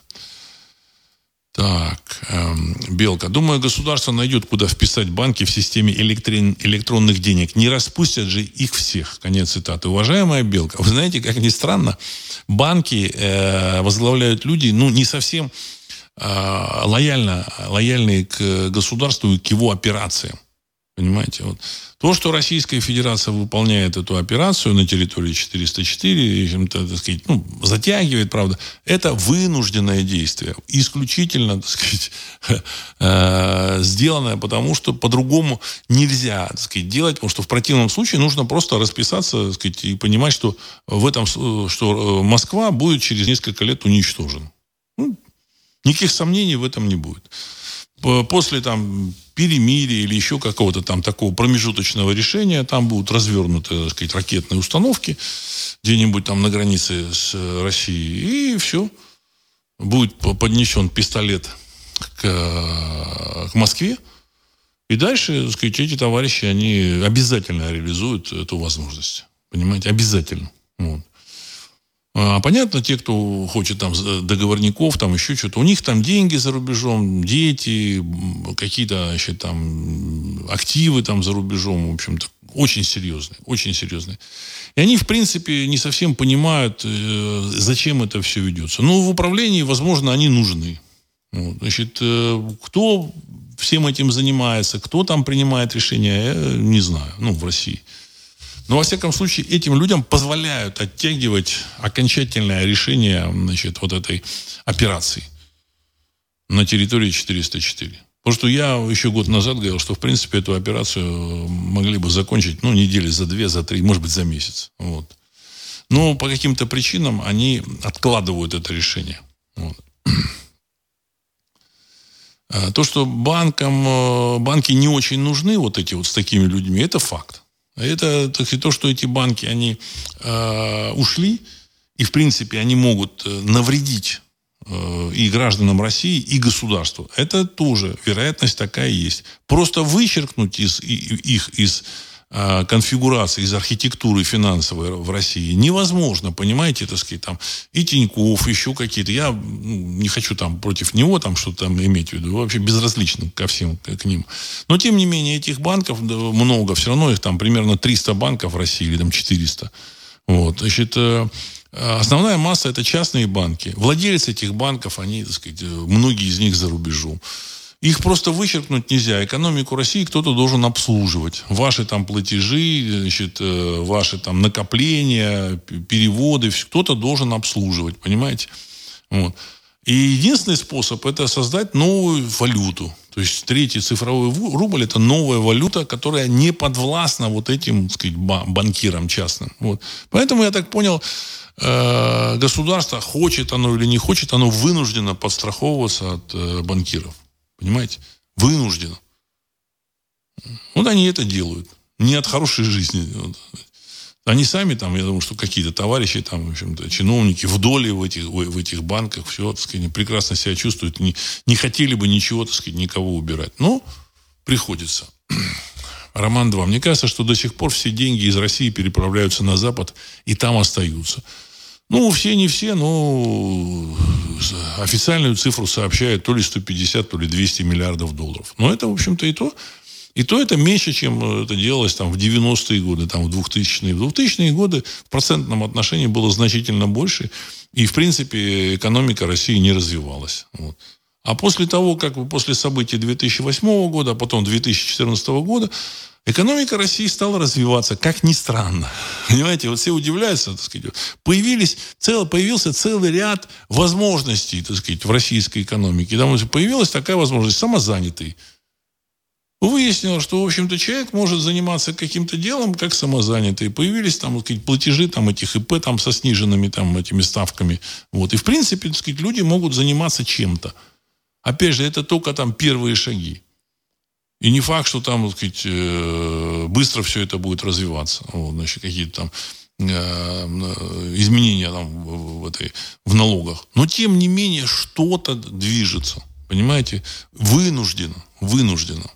Так, эм, Белка. Думаю, государство найдет, куда вписать банки в системе электрон, электронных денег. Не распустят же их всех. Конец цитаты. Уважаемая Белка, вы знаете, как ни странно, банки э, возглавляют люди, ну, не совсем э, лояльно, лояльные к государству и к его операциям. Понимаете? Вот. То, что Российская Федерация выполняет эту операцию на территории четыреста четыре, так сказать, ну, затягивает, правда, это вынужденное действие. Исключительно, так сказать, э, сделанное, потому что по-другому нельзя, так сказать, делать, потому что в противном случае нужно просто расписаться, так сказать, и понимать, что, в этом, что Москва будет через несколько лет уничтожена. Ну, никаких сомнений в этом не будет. После там перемирия или еще какого-то там такого промежуточного решения там будут развернуты, так сказать, ракетные установки где-нибудь там на границе с Россией. И все. Будет поднесен пистолет к, к Москве. И дальше, так сказать, эти товарищи, они обязательно реализуют эту возможность. Понимаете? Обязательно. Вот. А понятно, те, кто хочет там договорников, там еще что-то, у них там деньги за рубежом, дети, какие-то еще там активы там за рубежом, в общем-то, Очень серьезные, очень серьезные. И они, в принципе, не совсем понимают, э, зачем это все ведется. Но в управлении, возможно, они нужны. Вот. Значит, э, кто всем этим занимается, кто там принимает решения, я не знаю, ну, в России. Но, во всяком случае, этим людям позволяют оттягивать окончательное решение, значит, вот этой операции на территории четыреста четыре. Потому что я еще год назад говорил, что, в принципе, эту операцию могли бы закончить, ну, недели за две, за три, может быть, за месяц. Вот. Но по каким-то причинам они откладывают это решение. Вот. То, что банкам, банки не очень нужны, вот эти вот с такими людьми, это факт. Это, так сказать, то, что эти банки, они э, ушли, и, в принципе, они могут навредить э, и гражданам России, и государству. Это тоже вероятность такая есть. Просто вычеркнуть из, и, их из э, конфигурации, из архитектуры финансовой в России невозможно, понимаете, так сказать, там и Тинькофф, еще какие-то. Я ну, не хочу там против него там что-то там иметь в виду, вообще безразлично ко всем, к ним. Но, тем не менее, этих банков много, все равно их там примерно триста банков в России, или там четыреста. Вот, значит, э, основная масса это частные банки. Владельцы этих банков, они, так сказать, многие из них за рубежом. Их просто вычеркнуть нельзя. Экономику России кто-то должен обслуживать. Ваши там платежи, значит, ваши там накопления, переводы, кто-то должен обслуживать, понимаете? Вот. И единственный способ это создать новую валюту. То есть третий цифровой рубль это новая валюта, которая не подвластна вот этим, так сказать, банкирам частным. Вот. Поэтому я так понял, государство, хочет оно или не хочет, оно вынуждено подстраховываться от банкиров. Понимаете? Вынужденно. Вот они это делают. Не от хорошей жизни. Они сами там, я думаю, что какие-то товарищи там, в общем-то, чиновники в доле в этих, в этих банках, все, так сказать, прекрасно себя чувствуют. Не, не хотели бы ничего, так сказать, никого убирать. Но приходится. Роман два. Мне кажется, что до сих пор все деньги из России переправляются на Запад и там остаются. Ну, все не все, но официальную цифру сообщают то ли сто пятьдесят, то ли двести миллиардов долларов. Но это, в общем-то, и то. И то это меньше, чем это делалось там, в девяностые годы, там, в двухтысячные. В двухтысячные годы в процентном отношении было значительно больше. И, в принципе, экономика России не развивалась. Вот. А после того, как после событий две тысячи восьмого года, а потом две тысячи четырнадцатого года, экономика России стала развиваться, как ни странно. Понимаете, вот все удивляются, так сказать. Появились, цел, появился целый ряд возможностей, так сказать, в российской экономике. Там появилась такая возможность, самозанятый. Выяснилось, что, в общем-то, человек может заниматься каким-то делом, как самозанятый. Появились там, так сказать, платежи там, этих ИП там, со сниженными там, этими ставками. Вот. И, в принципе, так сказать, люди могут заниматься чем-то. Опять же, это только там первые шаги. И не факт, что там, так сказать, быстро все это будет развиваться. Вот, значит, какие-то там изменения там в, этой, в налогах. Но, тем не менее, что-то движется. Понимаете? Вынужденно. Вынужденно.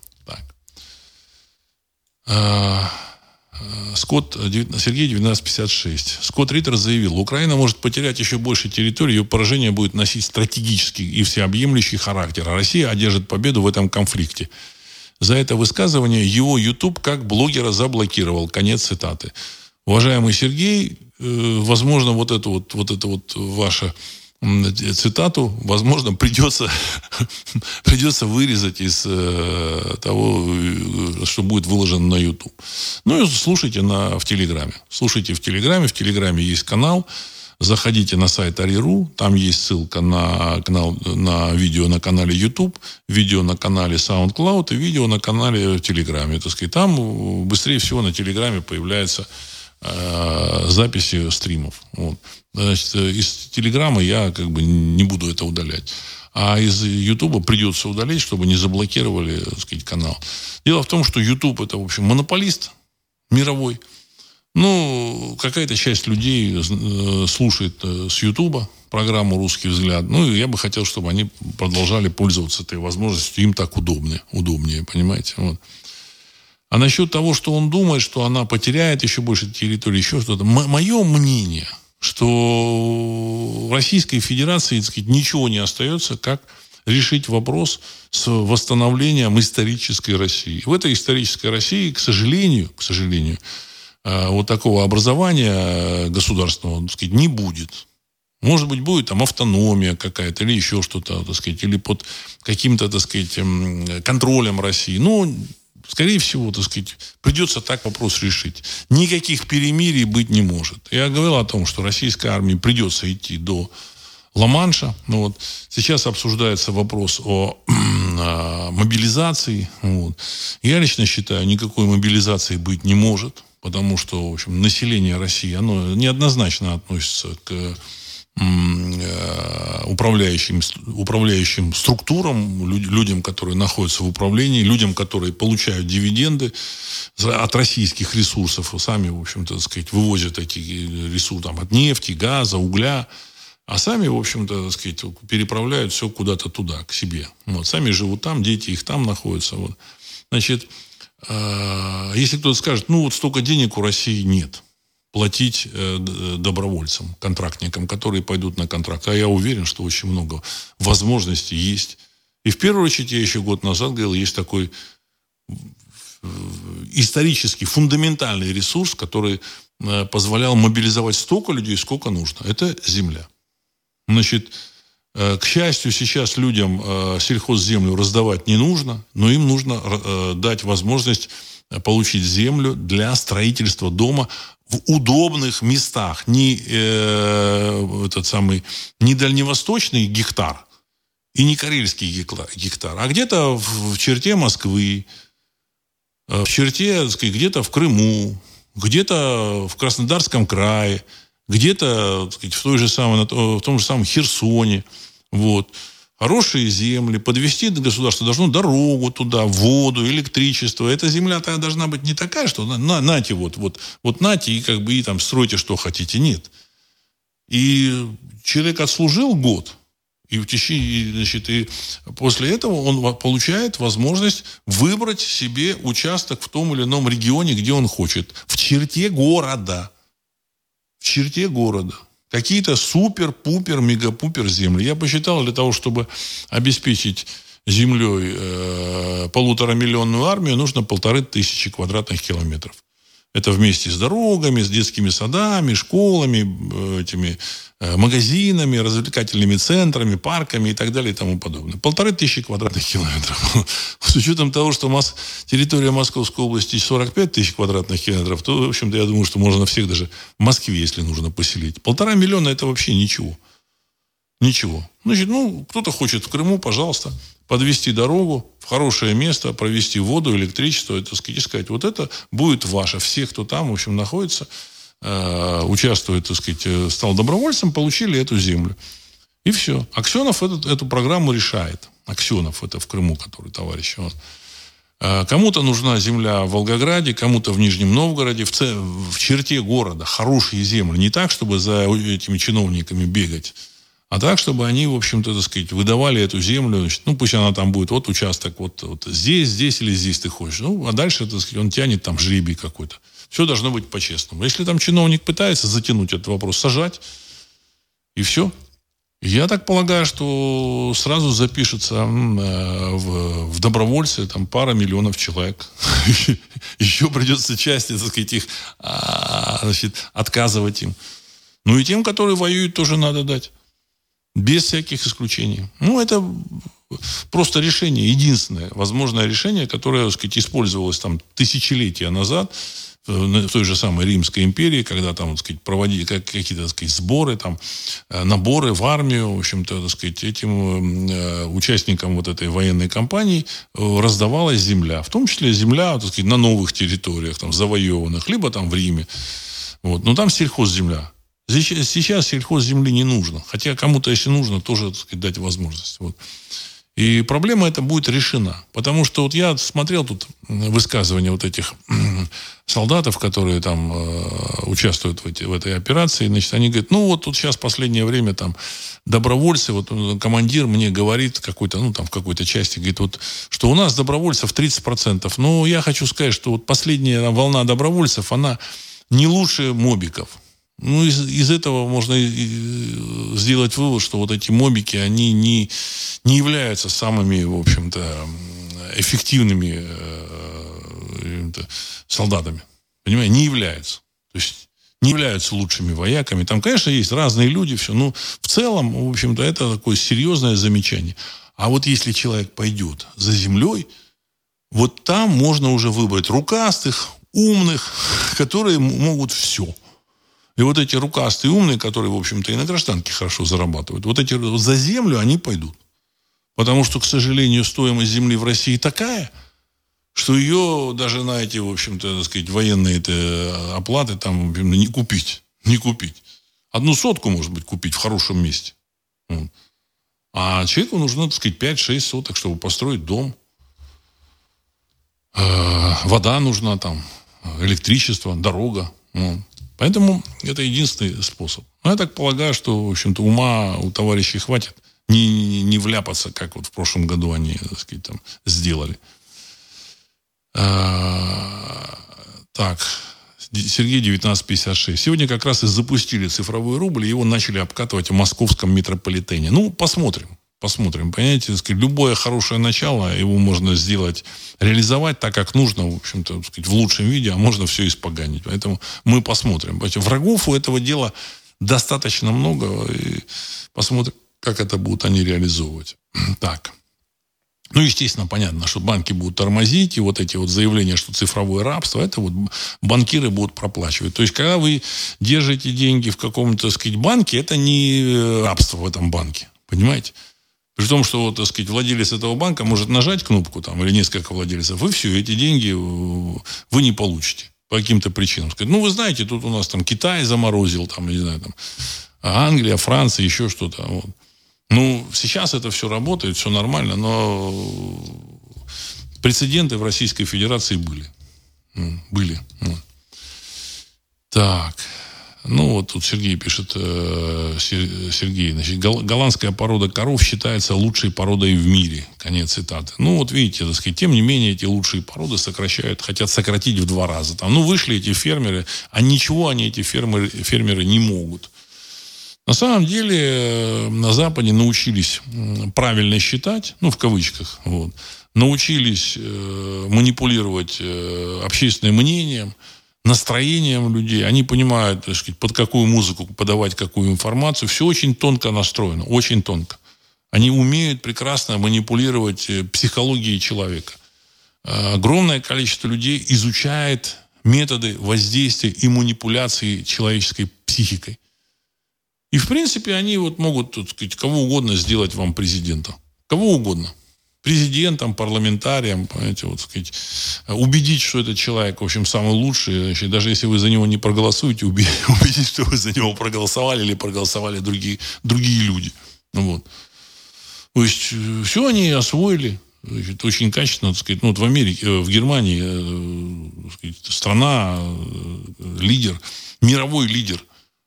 Так. Скотт, Сергей, девятнадцать пятьдесят шесть. Скотт Риттер заявил, Украина может потерять еще больше территории, ее поражение будет носить стратегический и всеобъемлющий характер, а Россия одержит победу в этом конфликте. За это высказывание его YouTube как блогера заблокировал. Конец цитаты. Уважаемый Сергей, возможно, вот эту вот, вот эту вот вашу цитату, возможно, придется, придется вырезать из того, что будет выложено на YouTube. Ну и слушайте на, в Телеграме. Слушайте в Телеграме. В Телеграме есть канал. Заходите на сайт Ари.ру, там есть ссылка на канал, на видео на канале YouTube, видео на канале SoundCloud и видео на канале в Телеграме. Так сказать, там быстрее всего на Телеграме появляются э, записи стримов. Вот. Значит, из Телеграма я как бы не буду это удалять. А из Ютуба придется удалить, чтобы не заблокировали, так сказать, канал. Дело в том, что YouTube это, в общем, монополист мировой. Ну, какая-то часть людей слушает с Ютуба программу «Русский взгляд». Ну, и я бы хотел, чтобы они продолжали пользоваться этой возможностью. Им так удобнее, удобнее, понимаете? Вот. А насчет того, что он думает, что она потеряет еще больше территории, еще что-то. М- мое мнение, что в Российской Федерации, так сказать, ничего не остается, как решить вопрос с восстановлением исторической России. В этой исторической России, к сожалению, к сожалению, вот такого образования государственного, так сказать, не будет. Может быть, будет там автономия какая-то или еще что-то, так сказать, или под каким-то, так сказать, контролем России. Но, скорее всего, так сказать, придется так вопрос решить. Никаких перемирий быть не может. Я говорил о том, что российской армии придется идти до Ла-Манша. Ну, вот. Сейчас обсуждается вопрос о, о мобилизации. Вот. Я лично считаю, никакой мобилизации быть не может, потому что, в общем, население России, оно неоднозначно относится к управляющим, управляющим структурам, людям, которые находятся в управлении, людям, которые получают дивиденды от российских ресурсов, сами, в общем-то, так сказать, вывозят эти ресурсы там, от нефти, газа, угля, а сами, в общем-то, так сказать, переправляют все куда-то туда, к себе. Вот. Сами живут там, дети их там находятся. Вот. Значит, если кто-то скажет, ну, вот столько денег у России нет, платить э, добровольцам, контрактникам, которые пойдут на контракт. А я уверен, что очень много возможностей есть. И в первую очередь, я еще год назад говорил, есть такой исторический, фундаментальный ресурс, который э, позволял мобилизовать столько людей, сколько нужно. Это земля. Значит, э, к счастью, сейчас людям э, сельхозземлю раздавать не нужно, но им нужно э, дать возможность получить землю для строительства дома в удобных местах. Не, э, этот самый, не дальневосточный гектар и не карельский гектар, а где-то в, в черте Москвы, в черте, так сказать, где-то в Крыму, где-то в Краснодарском крае, где-то, так сказать, в, той же самой, в том же самом Херсоне. Вот. Хорошие земли, подвести государство должно дорогу туда, воду, электричество. Эта земля должна быть не такая, что на, нате, вот, вот, вот нате, и как бы и там стройте, что хотите. Нет. И человек отслужил год, и, в течение, значит, и после этого он получает возможность выбрать себе участок в том или ином регионе, где он хочет. В черте города. В черте города. Какие-то супер-пупер, мега-пупер земли. Я посчитал, для того, чтобы обеспечить землей э, полуторамиллионную армию, нужно полторы тысячи квадратных километров. Это вместе с дорогами, с детскими садами, школами, э, этими э, магазинами, развлекательными центрами, парками и так далее и тому подобное. Полторы тысячи квадратных километров. С учетом того, что Мос... территория Московской области сорок пять тысяч квадратных километров, то, в общем-то, я думаю, что можно всех даже в Москве, если нужно, поселить. Полтора миллиона – это вообще ничего. Ничего. Значит, ну, кто-то хочет в Крыму, пожалуйста, подвести дорогу в хорошее место, провести воду, электричество, это, сказать, и сказать, вот это будет ваше. Все, кто там, в общем, находится, э, участвует, так сказать, стал добровольцем, получили эту землю. И все. Аксенов этот, эту программу решает. Аксенов, это в Крыму, который товарищ. Вот. Э, кому-то нужна земля в Волгограде, кому-то в Нижнем Новгороде, в, ц... в черте города. Хорошие земли. Не так, чтобы за этими чиновниками бегать, а так, чтобы они, в общем-то, так сказать, выдавали эту землю. Значит, ну, пусть она там будет, вот участок, вот, вот здесь, здесь или здесь ты хочешь. Ну, а дальше, так сказать, он тянет там жребий какой-то. Все должно быть по-честному. Если там чиновник пытается затянуть этот вопрос, сажать, и все. Я так полагаю, что сразу запишется в, в добровольцы там пара миллионов человек. Еще придется части, так сказать, их значит, отказывать им. Ну, и тем, которые воюют, тоже надо дать. Без всяких исключений. Ну, это просто решение, единственное возможное решение, которое, так сказать, использовалось там тысячелетия назад в той же самой Римской империи, когда там, так сказать, проводили какие-то, так сказать, сборы, там, наборы в армию, в общем-то, так сказать, этим э, участникам вот этой военной кампании раздавалась земля. В том числе земля, так сказать, на новых территориях, там, завоеванных, либо там в Риме. Вот. Но там сельхозземля. Сейчас сельхозземли не нужно. Хотя кому-то, если нужно, тоже, так сказать, дать возможность. Вот. И проблема эта будет решена. Потому что вот я смотрел тут высказывания вот этих солдатов, которые там э, участвуют в, эти, в этой операции. Значит, они говорят, ну вот тут сейчас в последнее время там добровольцы, вот командир мне говорит какой-то, ну там в какой-то части, говорит, вот, что у нас добровольцев тридцать процентов. Но я хочу сказать, что вот последняя волна добровольцев, она не лучше мобиков. Ну, из, из этого можно сделать вывод, что вот эти мобики, они не, не являются самыми, в общем-то, эффективными э, солдатами. Понимаете? Не являются. То есть не являются лучшими вояками. Там, конечно, есть разные люди, все. Но в целом, в общем-то, это такое серьезное замечание. А вот если человек пойдет за землей, вот там можно уже выбрать рукастых, умных, которые могут все. И вот эти рукастые умные, которые, в общем-то, и на гражданке хорошо зарабатывают, вот эти вот за землю они пойдут. Потому что, к сожалению, стоимость земли в России такая, что ее даже на эти, в общем-то, так сказать, военные оплаты там, в общем, не купить. Не купить. Одну сотку, может быть, купить в хорошем месте. Вот. А человеку нужно, так сказать, пять-шесть соток, чтобы построить дом. Э-э- вода нужна там, электричество, дорога. Вот. Поэтому это единственный способ. Но я так полагаю, что, в общем-то, ума у товарищей хватит не, не, не вляпаться, как вот в прошлом году они, так сказать, там сделали. А, так, Сергей, девятнадцать пятьдесят шесть. Сегодня как раз и запустили цифровой рубль, и его начали обкатывать в московском метрополитене. Ну, посмотрим. Посмотрим. Понимаете, так сказать, любое хорошее начало, его можно сделать, реализовать так, как нужно, в общем-то, так сказать, в лучшем виде, а можно все испоганить. Поэтому мы посмотрим. Понимаете, врагов у этого дела достаточно много, и посмотрим, как это будут они реализовывать. Так. Ну, естественно, понятно, что банки будут тормозить, и вот эти вот заявления, что цифровое рабство, это вот банкиры будут проплачивать. То есть, когда вы держите деньги в каком-то, так сказать, банке, это не рабство в этом банке. Понимаете? При том, что, вот, так сказать, владелец этого банка может нажать кнопку там, или несколько владельцев, и все, эти деньги вы не получите по каким-то причинам. Сказать, ну, вы знаете, тут у нас там Китай заморозил, там, не знаю, там, Англия, Франция, еще что-то. Вот. Ну, сейчас это все работает, все нормально, но прецеденты в Российской Федерации были. Были. Так. Ну, вот тут Сергей пишет, э, Сергей, значит, голландская порода коров считается лучшей породой в мире. Конец цитаты. Ну, вот видите, так сказать, тем не менее, эти лучшие породы сокращают, хотят сократить в два раза. Там, ну, вышли эти фермеры, а ничего они, эти фермеры, фермеры, не могут. На самом деле, на Западе научились правильно считать, ну, в кавычках, вот, научились э, манипулировать э, общественным мнением, настроением людей. Они понимают, так сказать, под какую музыку подавать какую информацию. Все очень тонко настроено, очень тонко. Они умеют прекрасно манипулировать психологией человека. Огромное количество людей изучает методы воздействия и манипуляции человеческой психикой. И, в принципе, они вот могут, так сказать, кого угодно сделать вам президентом. Кого угодно. Президентом, парламентарием, понимаете, вот, сказать, убедить, что этот человек, в общем, самый лучший, значит, даже если вы за него не проголосуете, убедить, что вы за него проголосовали или проголосовали другие, другие люди. Вот. То есть, все они освоили, значит, очень качественно, так сказать, ну, вот в Америке, в Германии, так сказать, страна, лидер, мировой лидер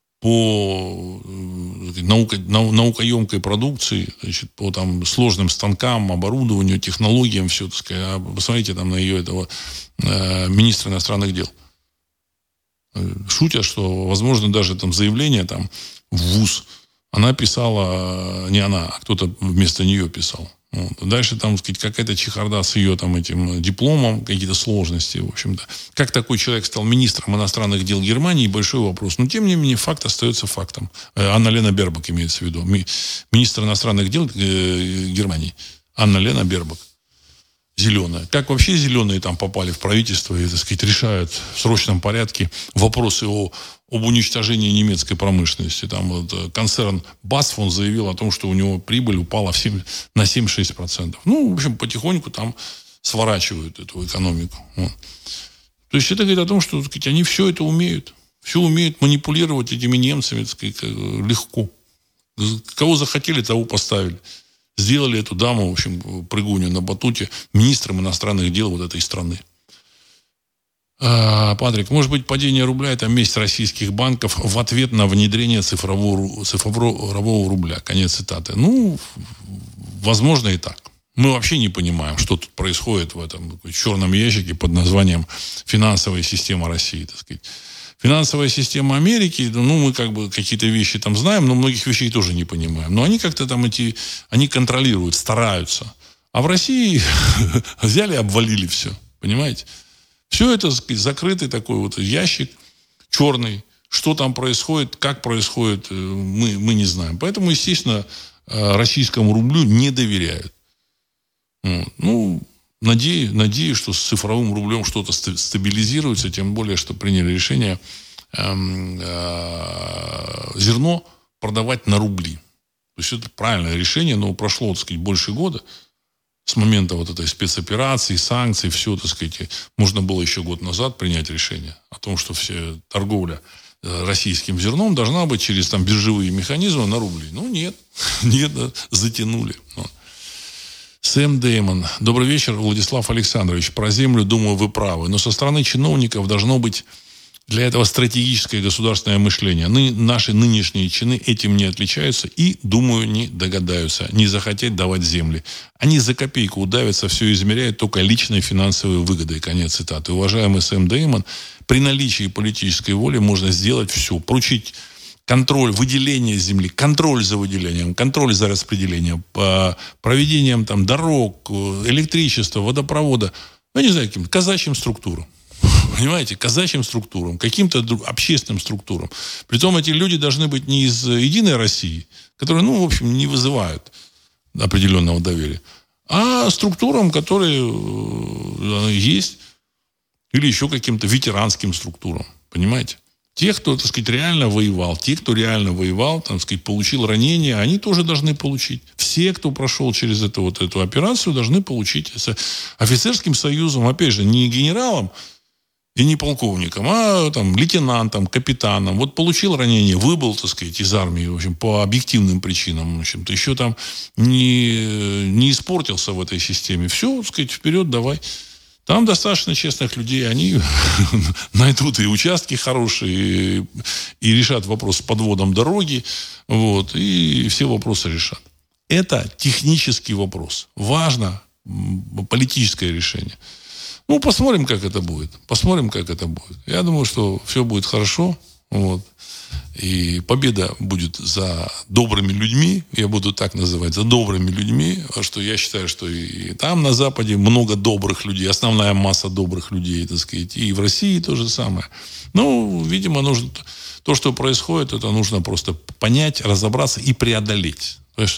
по науко, нау, наукоемкой продукции, значит, по там, сложным станкам, оборудованию, технологиям, все, так сказать. А посмотрите там на ее этого э, министра иностранных дел. Шутят, что, возможно, даже там заявление там, в ВУЗ она писала, не она, а кто-то вместо нее писал. Вот. Дальше там, так сказать, какая-то чехарда с ее там этим дипломом, какие-то сложности, в общем-то. Как такой человек стал министром иностранных дел Германии, большой вопрос. Но, тем не менее, факт остается фактом. Анна-Лена Бербак имеется в виду. Ми- министр иностранных дел э, Германии. Анна-Лена Бербак. Зеленая. Как вообще зеленые там попали в правительство и, так сказать, решают в срочном порядке вопросы о, об уничтожении немецкой промышленности. Там вот концерн Басфон заявил о том, что у него прибыль упала в семь, на семь-шесть процентов. Ну, в общем, потихоньку там сворачивают эту экономику. Вот. То есть это говорит о том, что, так сказать, они все это умеют. Все умеют манипулировать этими немцами, так сказать, легко. Кого захотели, того поставили. Сделали эту даму, в общем, прыгунью на батуте, министром иностранных дел вот этой страны. А, Патрик, может быть, падение рубля – это месть российских банков в ответ на внедрение цифрового, цифрового рубля? Конец цитаты. Ну, возможно и так. Мы вообще не понимаем, что тут происходит в этом черном ящике под названием финансовая система России, так сказать. Финансовая система Америки, ну, мы как бы какие-то вещи там знаем, но многих вещей тоже не понимаем. Но они как-то там эти, они контролируют, стараются. А в России взяли и обвалили все, понимаете? Все это, так сказать, закрытый такой вот ящик, черный. Что там происходит, как происходит, мы, мы не знаем. Поэтому, естественно, российскому рублю не доверяют. Ну, надеюсь, надеюсь, что с цифровым рублем что-то стабилизируется, тем более, что приняли решение э, э, зерно продавать на рубли. То есть это правильное решение, но прошло, так сказать, больше года с момента вот этой спецоперации, санкций, все, так сказать, можно было еще год назад принять решение о том, что все торговля российским зерном должна быть через там биржевые механизмы на рубли. Ну, нет. Нет, затянули. Сэм Дэймон. Добрый вечер, Владислав Александрович. Про землю, думаю, вы правы. Но со стороны чиновников должно быть для этого стратегическое государственное мышление. Ны, наши нынешние чины этим не отличаются и, думаю, не догадаются не захотеть давать земли. Они за копейку удавятся, все измеряют только личной финансовой выгодой. Конец цитаты. Уважаемый Сэм Дэймон, при наличии политической воли можно сделать все. Поручить контроль, выделение земли, контроль за выделением, контроль за распределением, проведением там дорог, электричества, водопровода, ну, не знаю, каким-то казачьим структурам. Понимаете, казачьим структурам, каким-то общественным структурам. Притом эти люди должны быть не из Единой России, которые, ну, в общем, не вызывают определенного доверия, а структурам, которые есть, или еще каким-то ветеранским структурам. Понимаете? Те, кто, так сказать, реально воевал, те, кто реально воевал, так сказать, получил ранения, они тоже должны получить. Все, кто прошел через эту, вот эту операцию, должны получить. С офицерским союзом, опять же, не генералом и не полковником, а там, лейтенантом, капитаном. Вот получил ранение, выбыл, так сказать, из армии, в общем, по объективным причинам. В общем-то, еще там не, не испортился в этой системе. Все, так сказать, вперед, давай. Там достаточно честных людей, они найдут и участки хорошие, и, и решат вопрос с подводом дороги, вот, и все вопросы решат. Это технический вопрос. Важно политическое решение. Ну, посмотрим, как это будет. Посмотрим, как это будет. Я думаю, что все будет хорошо. Вот. И победа будет за добрыми людьми, я буду так называть, за добрыми людьми, что я считаю, что и там на Западе много добрых людей, основная масса добрых людей, так сказать, и в России то же самое. Ну, видимо, нужно, то, что происходит, это нужно просто понять, разобраться и преодолеть. То есть,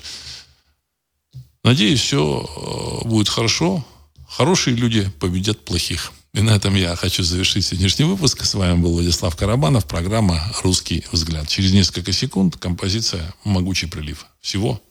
надеюсь, все будет хорошо, хорошие люди победят плохих. И на этом я хочу завершить сегодняшний выпуск. С вами был Владислав Карабанов, программа «Русский взгляд». Через несколько секунд композиция «Могучий прилив». Всего